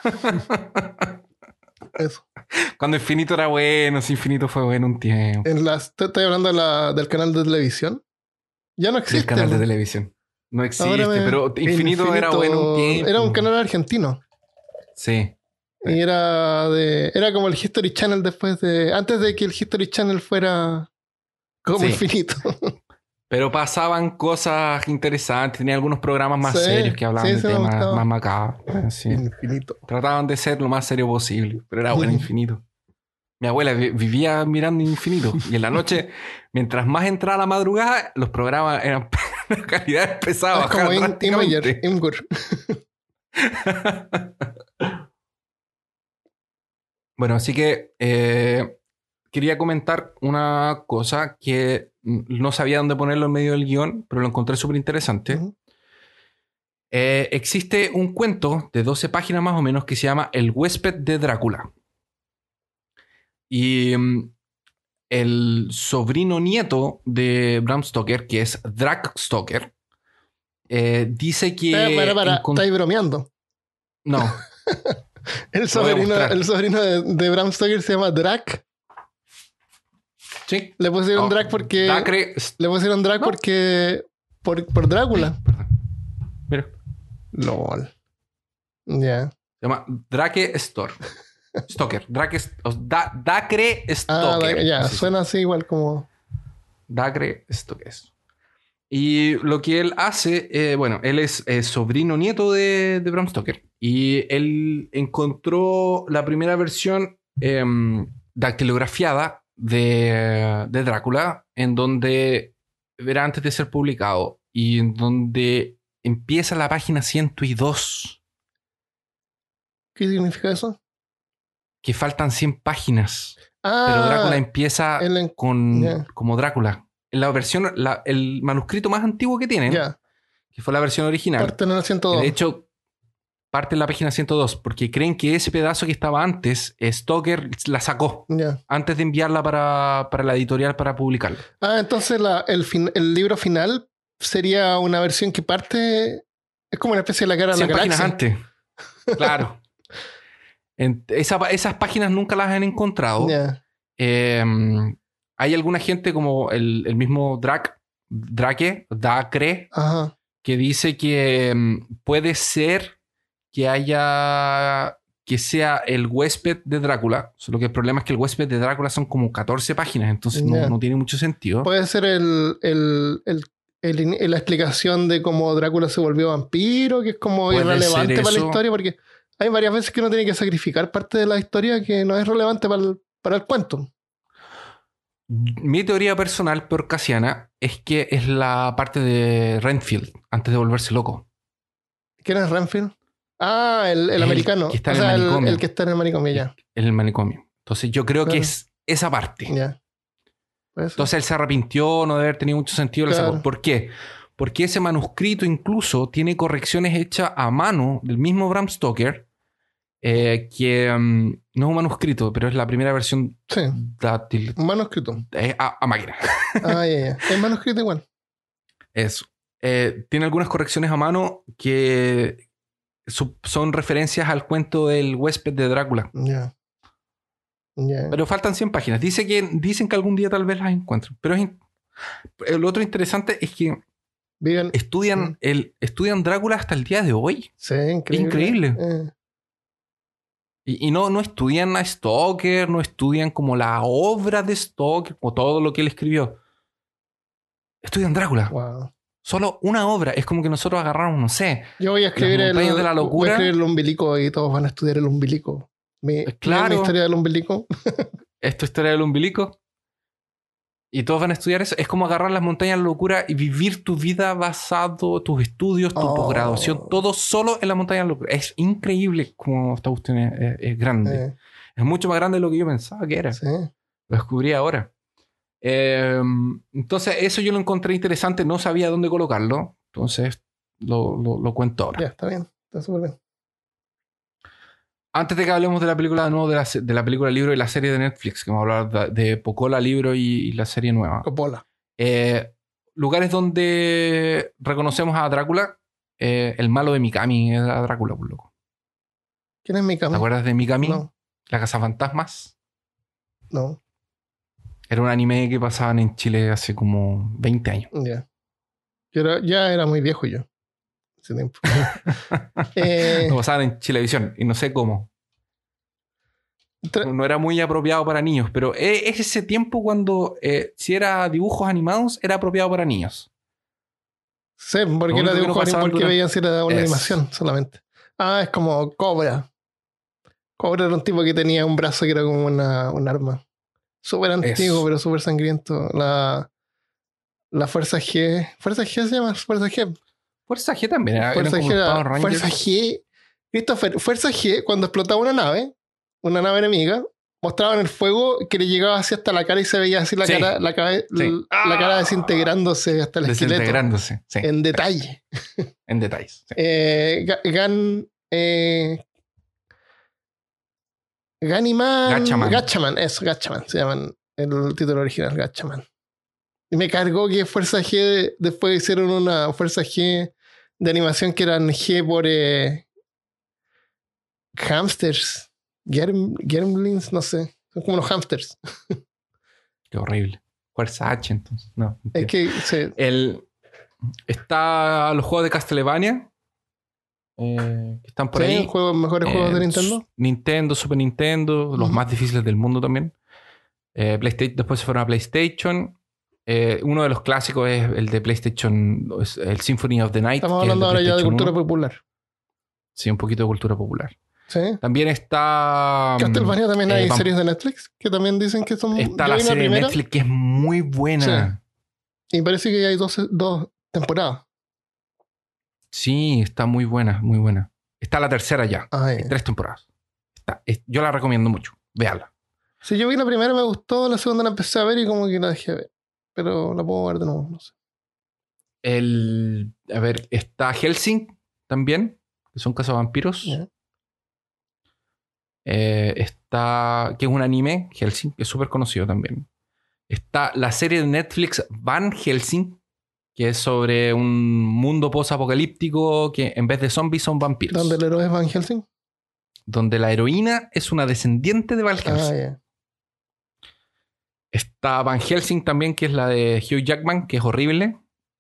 Eso. Cuando Infinito era bueno, si Infinito fue bueno un tiempo. En las, te- estoy hablando de la- del canal de televisión. Ya no existe. Del canal de ¿no? televisión. No existe, Ahora me- pero Infinito, era bueno un tiempo. Era un canal argentino. Sí. Y era de. Era como el History Channel después de. Antes de que el History Channel fuera como Sí. Infinito. Pero pasaban cosas interesantes. Tenía algunos programas más Sí, serios que hablaban sí, de sí me temas gustaba. más macabros. Sí. Infinito. Trataban de ser lo más serio posible. Pero era bueno Infinito. Mi abuela vi- vivía mirando Infinito. Y en la noche, mientras más entraba la madrugada, los programas eran la calidad empezaba a Es como bajar In- drásticamente. Imager, Imgur. Bueno, así que eh, quería comentar una cosa que mm, no sabía dónde ponerlo en medio del guión, pero lo encontré súper interesante. Ujú. Eh, existe un cuento de doce páginas más o menos que se llama El huésped de Drácula. Y um, el sobrino nieto de Bram Stoker, que es Drac Stoker, eh, dice que... Para, para, para. encont- ¿Estáis bromeando? No. El Lo voy a sobrino, mostrar. el sobrino de, de Bram Stoker se llama Drac. Sí. Le pusieron Oh, Drac porque... Dacre... S- Le pusieron Drac No. porque... Por, por Drácula. Perdón. Mira. LOL. Ya. Se llama Drake Stor. Stoker. Drake... o Da- Dacre Ah, Stoker. da- ya. Así se Suena así igual como... Dacre Stoker. Y lo que él hace, eh, bueno, él es eh, sobrino nieto de, de Bram Stoker. Y él encontró la primera versión eh, dactilografiada de, de Drácula, en donde era antes de ser publicado y en donde empieza la página ciento dos, ¿Qué significa eso? que faltan cien páginas. Ah, Pero Drácula empieza él en- con ya. como Drácula. La versión, la- el manuscrito más antiguo que tienen, ya. que fue la versión original. Parte en el ciento Que dos. de hecho, parte en la página ciento dos, porque creen que ese pedazo que estaba antes, Stoker la sacó Ya. antes de enviarla para, para la editorial para publicarla. Ah, entonces la, el, fin- el libro final sería una versión que parte... Es como una especie de la cara de la cien páginas galaxia. antes. Claro. En- esa- esas páginas nunca las han encontrado. Ya. Eh, hay alguna gente como el, el mismo Drac, Drake, Dacre, Ajá. que dice que mm, puede ser que haya que sea el huésped de Drácula, solo que el problema es que el huésped de Drácula son como catorce páginas, entonces no, Ya. no tiene mucho sentido. Puede ser el, el, el, el in- la explicación de cómo Drácula se volvió vampiro, que es como Puede irrelevante ser para la eso. historia, porque hay varias veces que uno tiene que sacrificar parte de la historia que no es relevante para el, para el cuento. Mi teoría personal porcasiana es que es la parte de Renfield antes de volverse loco. ¿Quién es Renfield? Ah, el, el El americano. que está o en el sea, el, manicomio. el que está en el manicomio, ya. En el manicomio. Entonces yo creo que Claro. es esa parte. Ya. Puede ser. Entonces él se arrepintió, no debe haber tenido mucho sentido. lo Claro. sacó. ¿Por qué? Porque ese manuscrito incluso tiene correcciones hechas a mano del mismo Bram Stoker, eh, que um, no es un manuscrito, pero es la primera versión Sí, dátil, un manuscrito. eh, a, a máquina. Ah, ya, ya. Es manuscrito igual. Eso. Eh, tiene algunas correcciones a mano que su- son referencias al cuento del huésped de Drácula. Ya. Ya. Pero faltan cien páginas. Dice que, dicen que algún día tal vez las encuentren. Pero es in- lo otro interesante es que Viven. estudian, Mm. el, estudian Drácula hasta el día de hoy. Sí, increíble. increíble. Eh, Y, y no, no estudian a Stoker, no estudian como la obra de Stoker o todo lo que él escribió. Estudian Drácula. wow. Solo una obra. Es como que nosotros agarramos, no sé. Yo voy a escribir Las el, montañas de la voy a locura. escribir el umbilico y todos van a estudiar el umbilico. Mi, Claro. mi historia del umbilico. Es tu historia del umbilico. Y todos van a estudiar eso. Es como agarrar las montañas de la locura y vivir tu vida basado, tus estudios, tu Oh. posgraduación, todo solo en la montaña de la locura. Es increíble como esta cuestión es, es- es grande. Eh, Es mucho más grande de lo que yo pensaba que era. sí. Lo descubrí ahora. Eh, entonces, eso yo lo encontré interesante. No sabía dónde colocarlo. Entonces, lo, lo- lo cuento ahora. Ya, está bien. Está súper bien. Antes de que hablemos de la película, no, de la, se- de la película libro y la serie de Netflix, que vamos a hablar de, de Pocola libro y, y la serie nueva. Coppola. Eh, lugares donde reconocemos a Drácula. Eh, el malo de Mikami era Drácula, por loco. ¿Quién es mi ¿Te cama? acuerdas de Mikami? No, La Casa Fantasmas. no. Era un anime que pasaban en Chile hace como veinte años. Ya. Yo era- ya era muy viejo yo. Ese tiempo. Eh, Lo pasaban en Chilevisión y no sé cómo. tra- No era muy apropiado para niños, pero e- es ese tiempo cuando eh, si era dibujos animados era apropiado para niños. Sí, porque Lo era único que dibujo no animado, pasaban porque durante- veían si era una Es. animación solamente. Ah, es como Cobra. Cobra era un tipo que tenía un brazo que era como una, un arma. Súper antiguo, Eso. pero súper sangriento. La, la Fuerza G. ¿Fuerza G se llama? Fuerza G. Fuerza G también era, Fuerza eran G, como los era- Power Rangers. Fuerza G. Christopher, Fuerza G, cuando explotaba una nave, una nave enemiga, mostraban el fuego que le llegaba así hasta la cara y se veía así la Sí. cara, la, cabe- Sí. la cara desintegrándose hasta el esqueleto. Desintegrándose. Sí. En detalle. En detalles. Sí. Eh, Ga- Gan. Eh, Ganiman. Gatchaman. Gatchaman, eso, Gatchaman. Se llaman el título original, Gatchaman. Y me cargó que Fuerza G. Después hicieron una Fuerza G de animación que eran G por. Eh, hamsters. Germ, Germlins, no sé. Son como unos hamsters. Qué horrible. Fuerza H, entonces. No. Es mentira. que se, El, está los juegos de Castlevania. Eh, que están por sí, ahí. juegos, mejores juegos de Eh, Nintendo. su- Nintendo, Super Nintendo, los Ujú. más difíciles del mundo también. Eh, PlayStation, después se fueron a PlayStation. Eh, uno de los clásicos es el de PlayStation, es el Symphony of the Night. Estamos que es el hablando ahora ya de PlayStation cultura uno. popular. Sí, un poquito de cultura popular. Sí. También está. Castlevania también hay eh, vamp- series de Netflix que también dicen que son. Está yo la vi serie de primera Netflix que es muy buena. y parece que hay dos, dos temporadas. Sí, está muy buena, muy buena. Está la tercera ya. Ay. Hay tres temporadas. Está- es- yo la recomiendo mucho. Véala. Si yo vi la primera me gustó, la segunda la empecé a ver y como que la dejé ver. Pero la puedo ver de nuevo, no sé. El, a ver, está Helsing también, que son cazavampiros. Ya. Eh, está, que es un anime, Helsing, que es súper conocido también. Está la serie de Netflix Van Helsing, que es sobre un mundo post-apocalíptico que en vez de zombies son vampiros. ¿Dónde el héroe es Van Helsing? Donde la heroína es una descendiente de Van Helsing. Ah, ya. Está Van Helsing también, que es la de Hugh Jackman, que es horrible.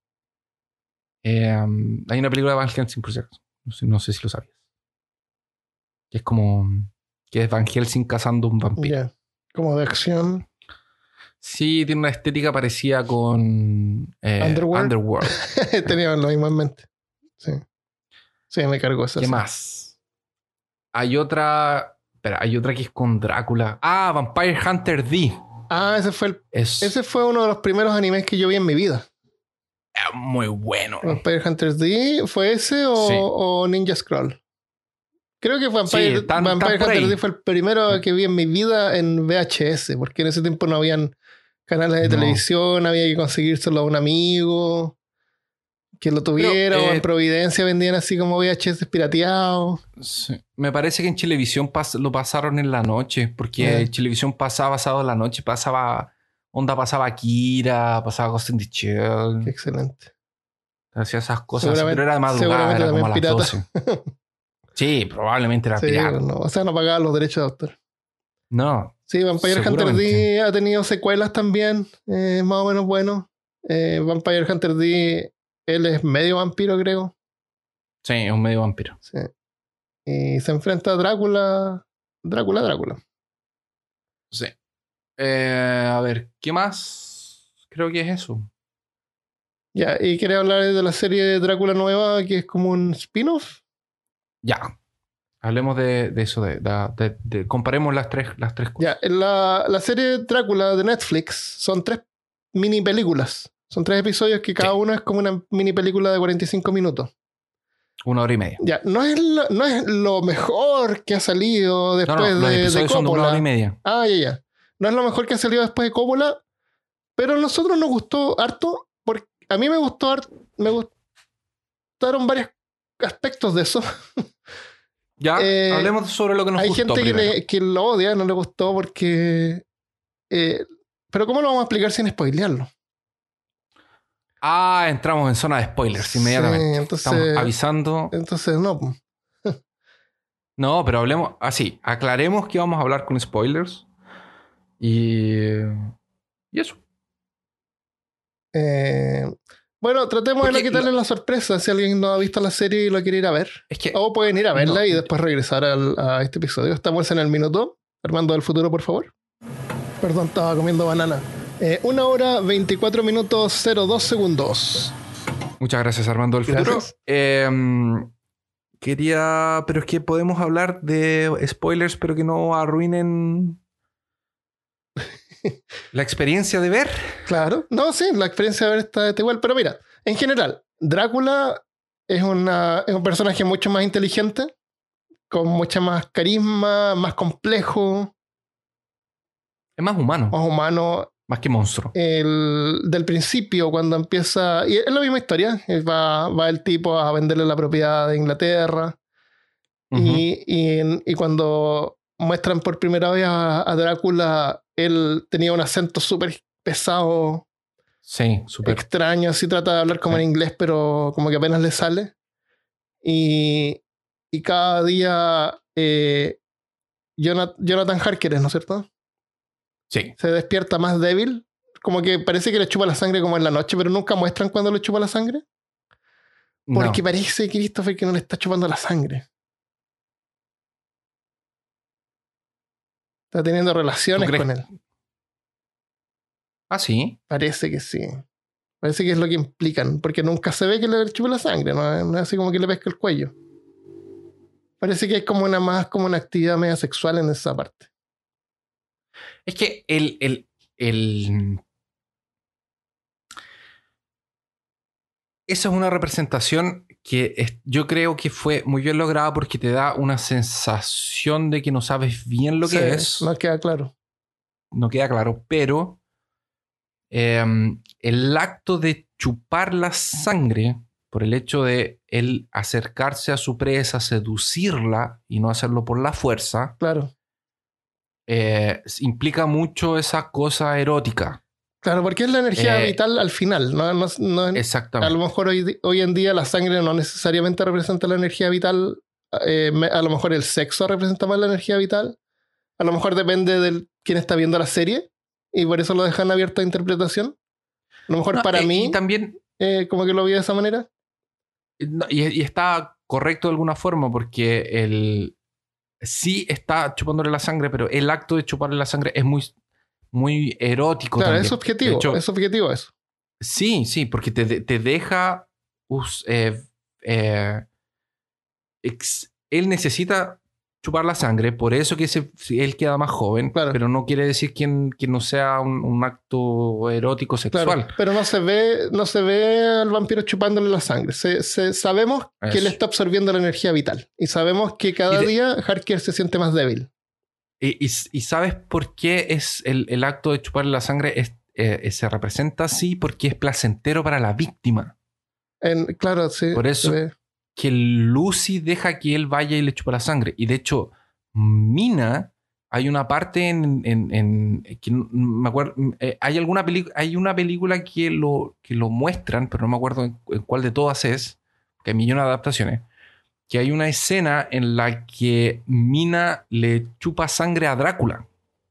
Eh, um, hay una película de Van Helsing, por si acaso. No sé, no sé si lo sabías. Que es como... Que es Van Helsing cazando un vampiro. Ya. Como de acción. Sí, tiene una estética parecida con... eh, Underworld. Underworld. Tenían lo mismo en mente. Sí. Sí, me cargó esa. ¿Qué sí. más? Hay otra... Espera, hay otra que es con Drácula. Ah, Vampire Hunter D. Ah, ese fue el, Es, ese fue uno de los primeros animes que yo vi en mi vida. es muy bueno. Vampire Hunter D, ¿fue ese o, Sí. o Ninja Scroll? Creo que Vampire, Sí, están- Vampire están por Hunter ahí. D fue el primero que vi en mi vida en V H S, porque en ese tiempo no habían canales de No. televisión, había que conseguírselo a un amigo que lo tuviera, Pero, o eh, en Providencia vendían así como V H S pirateados. Sí. Me parece que en Chilevisión pas- lo pasaron en la noche, porque Ya. Chilevisión pasaba sábado en la noche, pasaba onda, pasaba Akira, pasaba Ghost in the Qué Shell, excelente. hacía esas cosas, Seguramente- pero era de madrugada, seguramente era como a las también doce. Sí, probablemente era Sí, pirata. no, o sea, no pagaban los derechos de autor. No, Sí, Vampire Hunter D Seguramente. ha tenido secuelas también, eh, más o menos bueno. Eh, Vampire Hunter D, él es medio vampiro, creo. sí, es un medio vampiro. Sí. Y se enfrenta a Drácula. Drácula, Drácula. Sí. Eh, a ver, ¿qué más? Creo que es eso. Ya, y quería hablar de la serie de Drácula nueva, que es como un spin-off. Ya. Hablemos de, de eso, de, de- de- de- comparemos las tres, las tres cosas. Ya, en la, la serie Drácula de Netflix son tres mini películas. Son tres episodios que cada Sí. uno es como una mini película de cuarenta y cinco minutos. Una hora y media. Ya, no es lo, no es lo mejor que ha salido No, después no, los de, de episodios son de una Coppola. hora y media. Ah, ya, ya. No es lo mejor que ha salido después de Coppola, pero a nosotros nos gustó harto, porque a mí me gustó harto, me gustaron varios aspectos de eso. Ya, Eh, hablemos sobre lo que nos Hay gustó gente que, primero. le- que lo odia, no le gustó porque... eh, pero ¿cómo lo vamos a explicar sin spoilearlo? Ah, entramos en zona de spoilers Sí, inmediatamente. entonces- Estamos avisando. Entonces, no. po. No, pero hablemos así. Aclaremos que vamos a hablar con spoilers. Y. Y eso. Eh, bueno, tratemos de Porque no quitarle la sorpresa si alguien no ha visto la serie y lo quiere ir a ver. Es que. O pueden ir a verla No. y después regresar al- a este episodio. Estamos en el minuto. Armando del futuro, por favor. Perdón, estaba comiendo banana. Eh, una hora, veinticuatro minutos, cero dos segundos. Muchas gracias, Armando del futuro. Gracias. Eh, quería. Pero es que podemos hablar de spoilers, pero que no arruinen la experiencia de ver. Claro. No, sí, la experiencia de ver está está igual. Pero mira, en general, Drácula es, una, es un personaje mucho más inteligente, con mucha más carisma, más complejo. Es más humano. Más humano. Más que monstruo. El, del principio, cuando empieza... Y es la misma historia. Va, va el tipo a venderle la propiedad de Inglaterra. Uh-huh. Y, y, en, y cuando muestran por primera vez a, a Drácula, él tenía un acento súper pesado. Sí, súper extraño. Así trata de hablar como sí. en inglés, pero como que apenas le sale. Y, y cada día eh, Jonathan, Jonathan Harker, ¿no es cierto? Sí. Se despierta más débil. Como que parece que le chupa la sangre como en la noche, pero nunca muestran cuando le chupa la sangre. Porque no. Parece, Christopher, que no le está chupando la sangre. Está teniendo relaciones con él. ¿Ah, sí? Parece que sí. Parece que es lo que implican. Porque nunca se ve que le chupa la sangre. No, no es así como que le pesca el cuello. Parece que es como una más como una actividad media sexual en esa parte. Es que el, el, el... esa es una representación que es, yo creo que fue muy bien lograda porque te da una sensación de que no sabes bien lo sí, que es. No queda claro. No queda claro, pero eh, el acto de chupar la sangre, por el hecho de él acercarse a su presa, seducirla y no hacerlo por la fuerza, claro. Eh, implica mucho esa cosa erótica. Claro, porque es la energía eh, vital al final. No, no, no, exactamente. A lo mejor hoy, hoy en día la sangre no necesariamente representa la energía vital. Eh, a lo mejor el sexo representa más la energía vital. A lo mejor depende de quién está viendo la serie y por eso lo dejan abierto a interpretación. A lo mejor no, para eh, mí, y también, eh, como que lo vi de esa manera. No, y, y está correcto de alguna forma porque el sí está chupándole la sangre, pero el acto de chuparle la sangre es muy, muy erótico. Claro, también. es objetivo, hecho, es objetivo eso. Sí, sí, porque te, te deja... Us, eh, eh, ex, él necesita chupar la sangre, por eso que se, él queda más joven, claro. Pero no quiere decir que, que no sea un, un acto erótico sexual. Claro, pero no se ve, no se ve al vampiro chupándole la sangre. Se, se, sabemos eso. Que él está absorbiendo la energía vital y sabemos que cada de, día Harker se siente más débil. Y, y, y sabes por qué es el, el acto de chuparle la sangre es, eh, se representa así porque es placentero para la víctima. En, claro, sí. Por eso que Lucy deja que él vaya y le chupa la sangre. Y de hecho, Mina, hay una parte en... en, en que no me acuerdo, eh, hay alguna película, hay una película que lo, que lo muestran, pero no me acuerdo en, en cuál de todas es, que hay millones de adaptaciones, que hay una escena en la que Mina le chupa sangre a Drácula.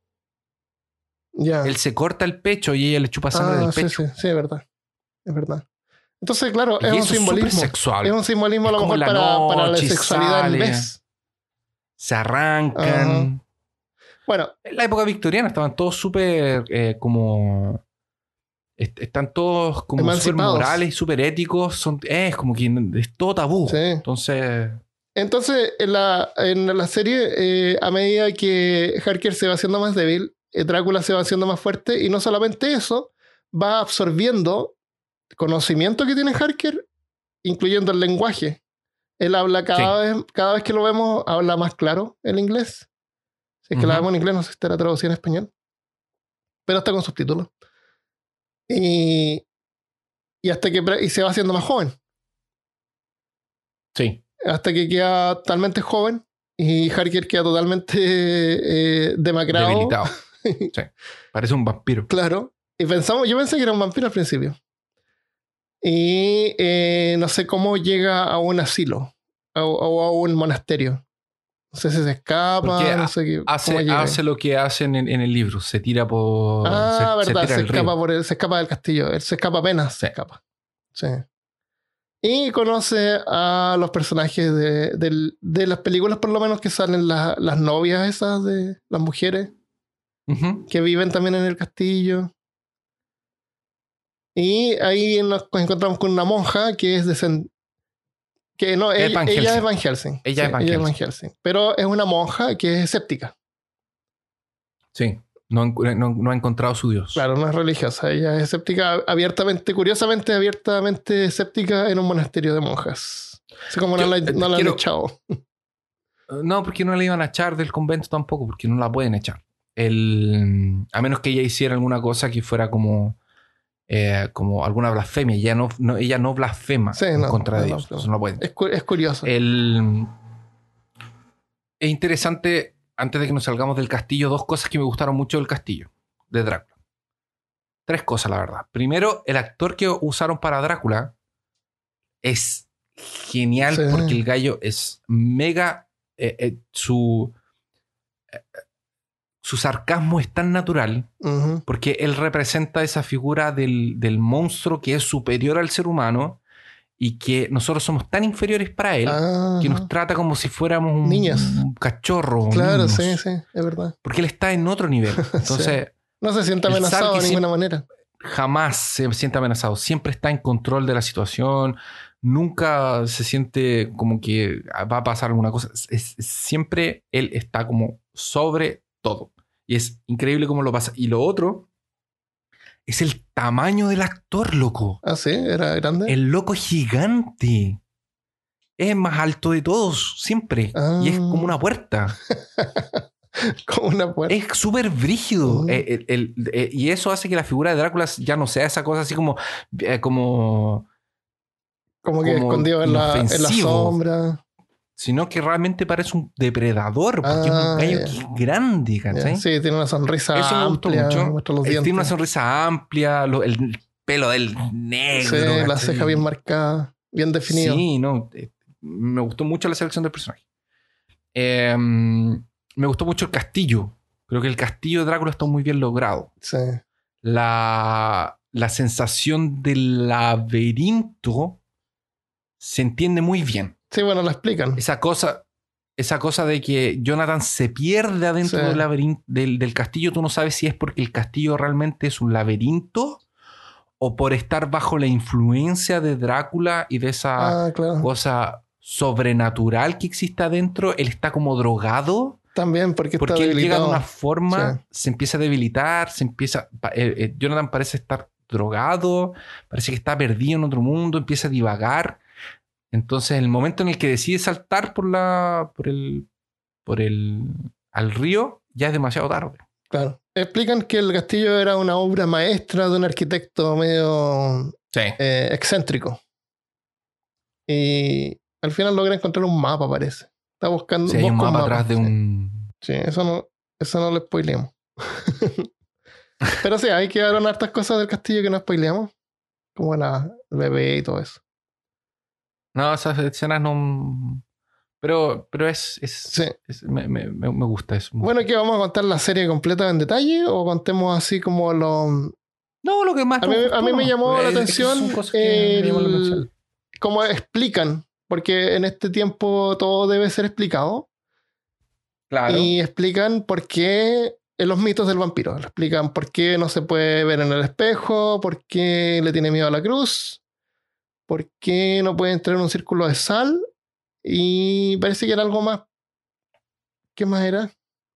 Yeah. Él se corta el pecho y ella le chupa sangre ah, del sí, pecho. Sí, sí, es verdad. Es verdad. Entonces, claro, y es un eso simbolismo. Es sexual. Es un simbolismo es a lo mejor para, noche, para la sexualidad sale, en vez. Se arrancan. Uh-huh. Bueno. En la época victoriana estaban todos súper eh, como... Est- están todos como súper morales y súper éticos. Son, eh, es como que es todo tabú. Sí. Entonces... Entonces, en la, en la serie, eh, a medida que Harker se va haciendo más débil, eh, Drácula se va haciendo más fuerte y no solamente eso, va absorbiendo conocimiento que tiene Harker, incluyendo el lenguaje. Él habla cada, sí. vez, cada vez que lo vemos, habla más claro el inglés. Si es que uh-huh. la vemos en inglés, no sé si estará traducida en español. Pero está con subtítulos. Y, y hasta que y se va haciendo más joven. Sí. Hasta que queda totalmente joven y Harker queda totalmente eh, demacrado. Debilitado. Sí. Parece un vampiro. Claro. Y pensamos, yo pensé que era un vampiro al principio. Y eh, no sé cómo llega a un asilo o a, a un monasterio. No sé si se escapa, no sé qué. Hace, hace lo que hacen en, en el libro, se tira por. Ah, se, verdad, se, tira se, escapa por el, se escapa del castillo. Él se escapa apenas, sí. se escapa. Sí. Y conoce a los personajes de, de, de las películas, por lo menos, que salen la, las novias esas de las mujeres uh-huh. que viven también en el castillo. Y ahí nos encontramos con una monja que es de... Que no, ella, ella es Van Helsing. Ella, sí, es Van, ella Helsing. es Van Helsing. Pero es una monja que es escéptica. Sí, no, no, no ha encontrado su Dios. Claro, no es religiosa. Ella es escéptica abiertamente, curiosamente, abiertamente escéptica en un monasterio de monjas. Así como Yo, no la, no la quiero... han echado. No, porque no la iban a echar del convento tampoco, porque no la pueden echar. el, a menos que ella hiciera alguna cosa que fuera como, eh, como alguna blasfemia. Ella no, no, ella no blasfema Sí, en no, contra no de Dios. blasfema. Eso no puede. Es, cu- es curioso. El, es interesante, antes de que nos salgamos del castillo, dos cosas que me gustaron mucho del castillo, de Drácula. Tres cosas, la verdad. Primero, el actor que usaron para Drácula es genial Sí. porque el gallo es mega... eh, eh, su, eh, su sarcasmo es tan natural Ujú. porque él representa esa figura del, del monstruo que es superior al ser humano y que nosotros somos tan inferiores para él Ajá. que nos trata como si fuéramos un, Niños. un cachorro. Claro, niños. sí, sí, es verdad. Porque él está en otro nivel. Entonces, No se siente Él sabe amenazado que de ninguna manera. jamás se siente amenazado. Siempre está en control de la situación. Nunca se siente como que va a pasar alguna cosa. Es, es- siempre él está como sobre todo. Y es increíble cómo lo pasa. Y lo otro es el tamaño del actor, loco. Ah, sí, era grande. El loco es gigante. Es el más alto de todos, siempre. Ah. Y es como una puerta. Como una puerta. Es súper brígido. Mm. Eh, el- el- eh, y eso hace que la figura de Drácula ya no sea esa cosa así como... eh, como Como que como escondido en la, en la inofensivo. sombra. sino que realmente parece un depredador. Porque Ah, es un gallo ya. que es grande, ¿cachai? Ya, sí, tiene una sonrisa Eso me gustó amplia. mucho. Muestra los Él dientes. tiene una sonrisa amplia, lo- el pelo del negro. Sí, la ¿cachai? ceja bien marcada, bien definido. Sí, no. eh, Me gustó mucho la selección del personaje. Eh, me gustó mucho el castillo. Creo que el castillo de Drácula está muy bien logrado. Sí. La, la sensación del laberinto se entiende muy bien. Sí, bueno, la explican. Esa cosa, esa cosa de que Jonathan se pierde adentro Sí. del, laberinto, del, del castillo, tú no sabes si es porque el castillo realmente es un laberinto o por estar bajo la influencia de Drácula y de esa Ah, claro. cosa sobrenatural que existe adentro. Él está como drogado También porque, porque está él llega de debilitado. una forma, Sí. se empieza a debilitar, se empieza... pa- eh, eh, Jonathan parece estar drogado, parece que está perdido en otro mundo, empieza a divagar. Entonces, el momento en el que decide saltar por la por el por el al río, ya es demasiado tarde. Claro. Explican que el castillo era una obra maestra de un arquitecto medio Sí. eh, excéntrico. Y al final logra encontrar un mapa, parece. Está buscando Sí, hay un busca mapa atrás de sí. un... Sí, eso no, eso no lo spoileamos. Pero sí, hay que hablar hartas cosas del castillo que no spoileamos. Como la, el bebé y todo eso. No, esas escenas no... Pero, pero es... es, Sí. es- me, me, me me gusta eso. Bueno, ¿qué vamos a contar la serie completa en detalle? ¿O contemos así como lo... No, lo que más A nos mí, gustó, a mí me ¿no? llamó la Es- es que son atención cosas que me llaman la el- atención. cómo explican, porque en este tiempo todo debe ser explicado. Claro. Y explican por qué en los mitos del vampiro. Explican por qué no se puede ver en el espejo, por qué le tiene miedo a la cruz, por qué no puede entrar en un círculo de sal. Y parece que era algo más. ¿Qué más era?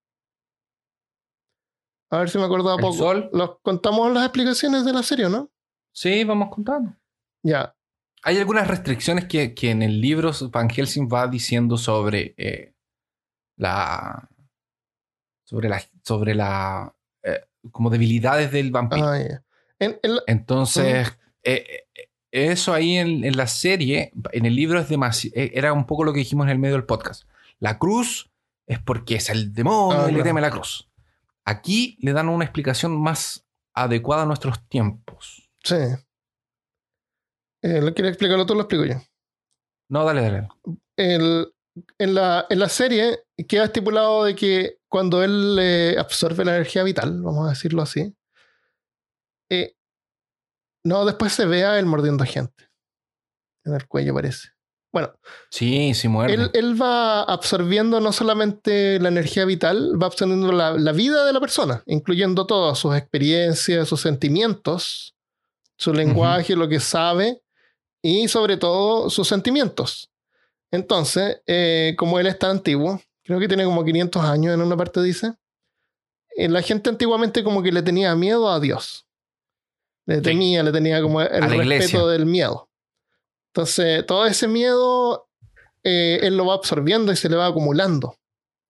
A ver si me acordaba ¿El poco. sol? Los, contamos las explicaciones de la serie, ¿no? Sí, vamos contando. Ya. Hay algunas restricciones que, que en el libro Van Helsing va diciendo sobre eh, la. sobre la. sobre la. eh, como debilidades del vampiro. Ah, ya. En- en la- Entonces, eh, eh, eso ahí en, en la serie, en el libro es demasiado. Era un poco lo que dijimos en el medio del podcast. La cruz es porque es el demonio Ah, y le claro. teme la cruz. Aquí le dan una explicación más adecuada a nuestros tiempos. sí. Eh, ¿lo quieres explicarlo tú o lo explico yo? No, dale, dale. El- en, la, en la serie queda estipulado de que cuando él eh, absorbe la energía vital, vamos a decirlo así, eh, no, después se ve a él mordiendo gente. En el cuello parece. Bueno, Sí, sí muerde. él, él va absorbiendo no solamente la energía vital, va absorbiendo la, la vida de la persona, incluyendo todas sus experiencias, sus sentimientos, su lenguaje, lo que sabe y sobre todo sus sentimientos. Entonces, eh, como él es tan antiguo, creo que tiene como quinientos años en una parte dice, eh, la gente antiguamente como que le tenía miedo a Dios. Le temía, le tenía como el A la iglesia. respeto del miedo. Entonces, todo ese miedo, eh, él lo va absorbiendo y se le va acumulando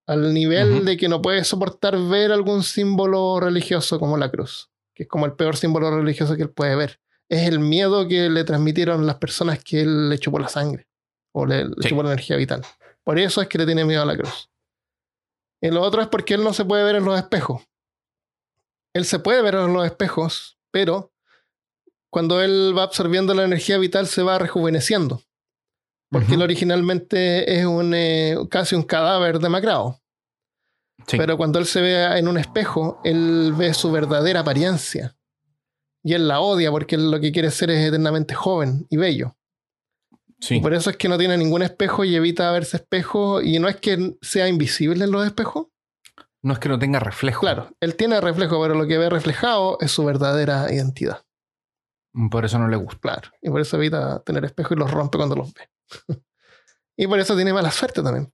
Al nivel Ujú. de que no puede soportar ver algún símbolo religioso como la cruz, que es como el peor símbolo religioso que él puede ver. Es el miedo que le transmitieron las personas que él le chupó la sangre o le, le Sí. chupó la energía vital. Por eso es que le tiene miedo a la cruz. Y lo otro es porque él no se puede ver en los espejos. Él se puede ver en los espejos, pero cuando él va absorbiendo la energía vital se va rejuveneciendo. Porque Ujú. él originalmente es un, eh, casi un cadáver demacrado. Sí. Pero cuando él se ve en un espejo, él ve su verdadera apariencia. Y él la odia porque él lo que quiere ser es eternamente joven y bello. Sí. Y por eso es que no tiene ningún espejo y evita verse espejo. Y no es que sea invisible en los espejos. No es que no tenga reflejo. Claro, él tiene reflejo, pero lo que ve reflejado es su verdadera identidad. Por eso no le gusta. Claro. Y por eso evita tener espejo y los rompe cuando los ve. Y por eso tiene mala suerte también.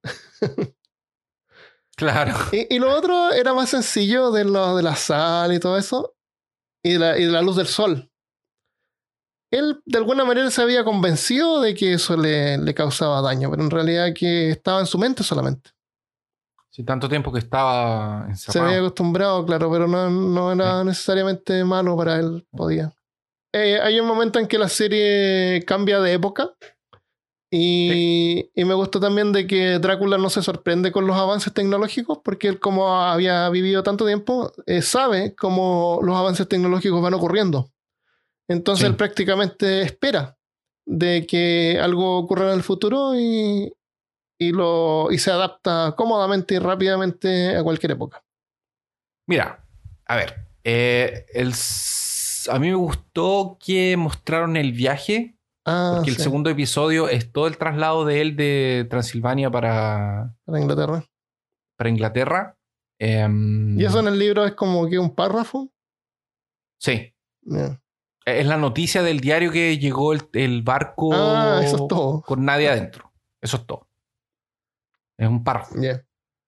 Claro. Y, y lo otro era más sencillo de lo de la sal y todo eso. Y de la, y de la luz del sol. Él de alguna manera se había convencido de que eso le, le causaba daño, pero en realidad que estaba en su mente solamente. Sí, tanto tiempo que estaba encerrado. Se había acostumbrado, claro, pero no, no era Sí. necesariamente malo para él, podía. Eh, hay un momento en que la serie cambia de época y, sí. y me gustó también de que Drácula no se sorprende con los avances tecnológicos porque él, como había vivido tanto tiempo, eh, sabe cómo los avances tecnológicos van ocurriendo. Entonces sí. él prácticamente espera de que algo ocurra en el futuro y, y, lo, y se adapta cómodamente y rápidamente a cualquier época. Mira, a ver, eh, el, a mí me gustó que mostraron el viaje, ah, porque sí. el segundo episodio es todo el traslado de él de Transilvania para, para Inglaterra. Para Inglaterra. Eh, ¿Y eso en el libro es como que un párrafo? Sí. Yeah. Es la noticia del diario que llegó el, el barco ah, eso es todo. Con nadie adentro. Eso es todo. Es un párrafo. Yeah.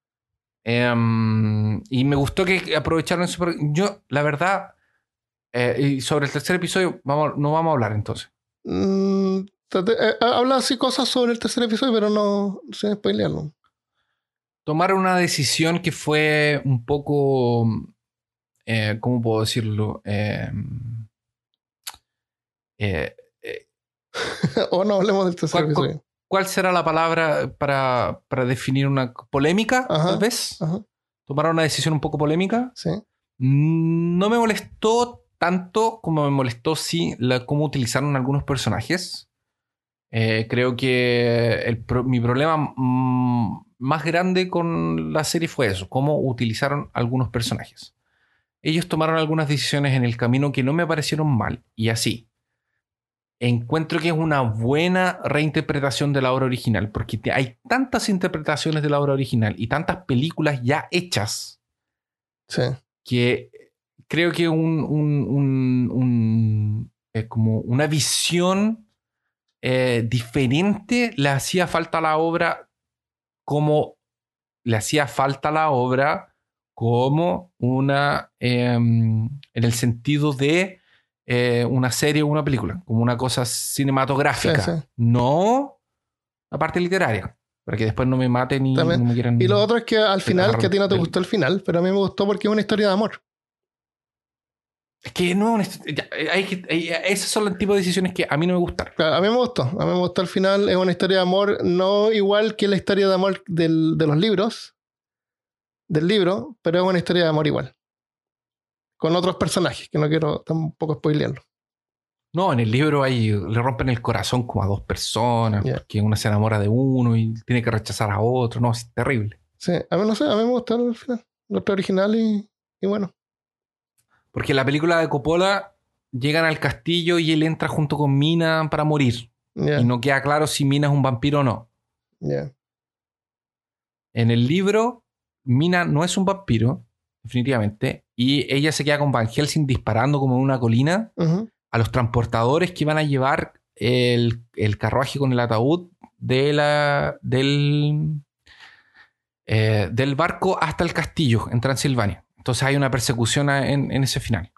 Um, y me gustó que aprovecharon eso. Yo, la verdad, eh, y sobre el tercer episodio, vamos, no vamos a hablar entonces. Mm, eh, habla así cosas sobre el tercer episodio, pero no sin spoilearlo. Tomaron una decisión que fue un poco. Eh, ¿Cómo puedo decirlo? Eh, eh, eh, o no hablemos del tercer ¿cuál, episodio. ¿cuál, ¿Cuál será la palabra para, para definir una polémica? Ajá, tal vez. Ajá. Tomaron una decisión un poco polémica. Sí. No me molestó tanto como me molestó sí la, cómo utilizaron algunos personajes. Eh, creo que el, mi problema mmm, más grande con la serie fue eso, cómo utilizaron algunos personajes. Ellos tomaron algunas decisiones en el camino que no me parecieron mal, y así. Encuentro que es una buena reinterpretación de la obra original, porque te, hay tantas interpretaciones de la obra original y tantas películas ya hechas, sí. que creo que un, un, un, un eh, como una visión eh, diferente le hacía falta a la obra, como le hacía falta a la obra como una eh, en el sentido de eh, una serie o una película, como una cosa cinematográfica, sí, sí. no la parte literaria, para que después no me maten y no me quieran. Y lo otro es que al final, que a ti no te gustó el final, pero a mí me gustó porque es una historia de amor. Es que no, hay que, hay, esas son el tipo de decisiones que a mí no me gustan. Claro, a mí me gustó, a mí me gustó el final, es una historia de amor no igual que la historia de amor del, de los libros, del libro, pero es una historia de amor igual. Con otros personajes, que no quiero tampoco spoilearlo. No, en el libro ahí le rompen el corazón como a dos personas, yeah. porque una se enamora de uno y tiene que rechazar a otro. No, es terrible. Sí, a mí no sé, a mí me gustó el final, el otro original y, y bueno. Porque en la película de Coppola llegan al castillo y él entra junto con Mina para morir. Yeah. Y no queda claro si Mina es un vampiro o no. Yeah. En el libro, Mina no es un vampiro, definitivamente, y ella se queda con Van Helsing disparando como en una colina uh-huh. a los transportadores que van a llevar el, el carruaje con el ataúd de la, del, eh, del barco hasta el castillo en Transilvania. Entonces hay una persecución en, en ese final.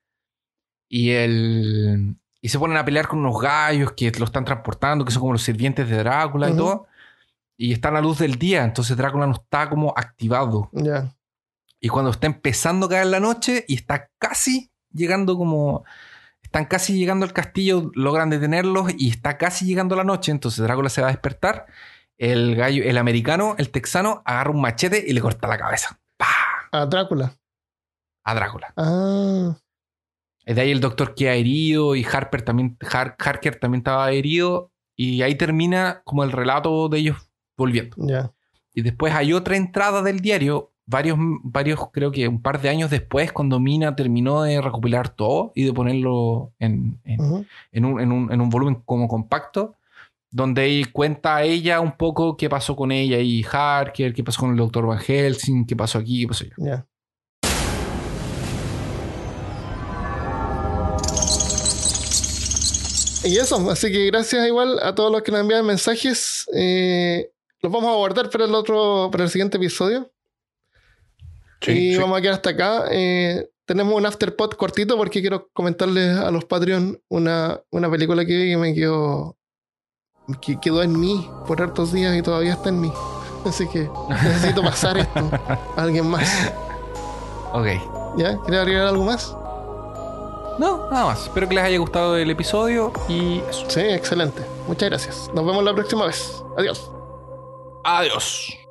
Y, el, y se ponen a pelear con unos gallos que lo están transportando, que son como los sirvientes de Drácula uh-huh. y todo. y está a la luz del día, entonces Drácula no está como activado. Ya. Y cuando está empezando a caer la noche y está casi llegando como... Están casi llegando al castillo, logran detenerlos y está casi llegando la noche, entonces Drácula se va a despertar. El gallo, el americano, el texano, agarra un machete y le corta la cabeza. ¡Pah! A Drácula. A Drácula. Ah. De ahí el doctor queda herido y Harper también, Har- Harker también estaba herido. Y ahí termina como el relato de ellos volviendo. Ya. Y después hay otra entrada del diario, varios, varios, creo que un par de años después, cuando Mina terminó de recopilar todo y de ponerlo en, en, Ujú. en, un, en, un, en un volumen como compacto, donde ahí cuenta a ella un poco qué pasó con ella y Harker, qué pasó con el doctor Van Helsing, qué pasó aquí, qué pasó allá. Ya. Y eso, así que gracias igual a todos los que nos envían mensajes. Eh, los vamos a guardar para el otro, para el siguiente episodio. Sí, y sí. vamos a quedar hasta acá. Eh, tenemos un afterpod cortito porque quiero comentarles a los Patreon una, una película que vi que me quedó, que quedó en mí por hartos días y todavía está en mí. Así que necesito pasar esto a alguien más. Ok. ¿Ya? ¿Quieres agregar algo más? No, nada más. Espero que les haya gustado el episodio y eso. Sí, excelente. Muchas gracias. Nos vemos la próxima vez. Adiós. Adiós.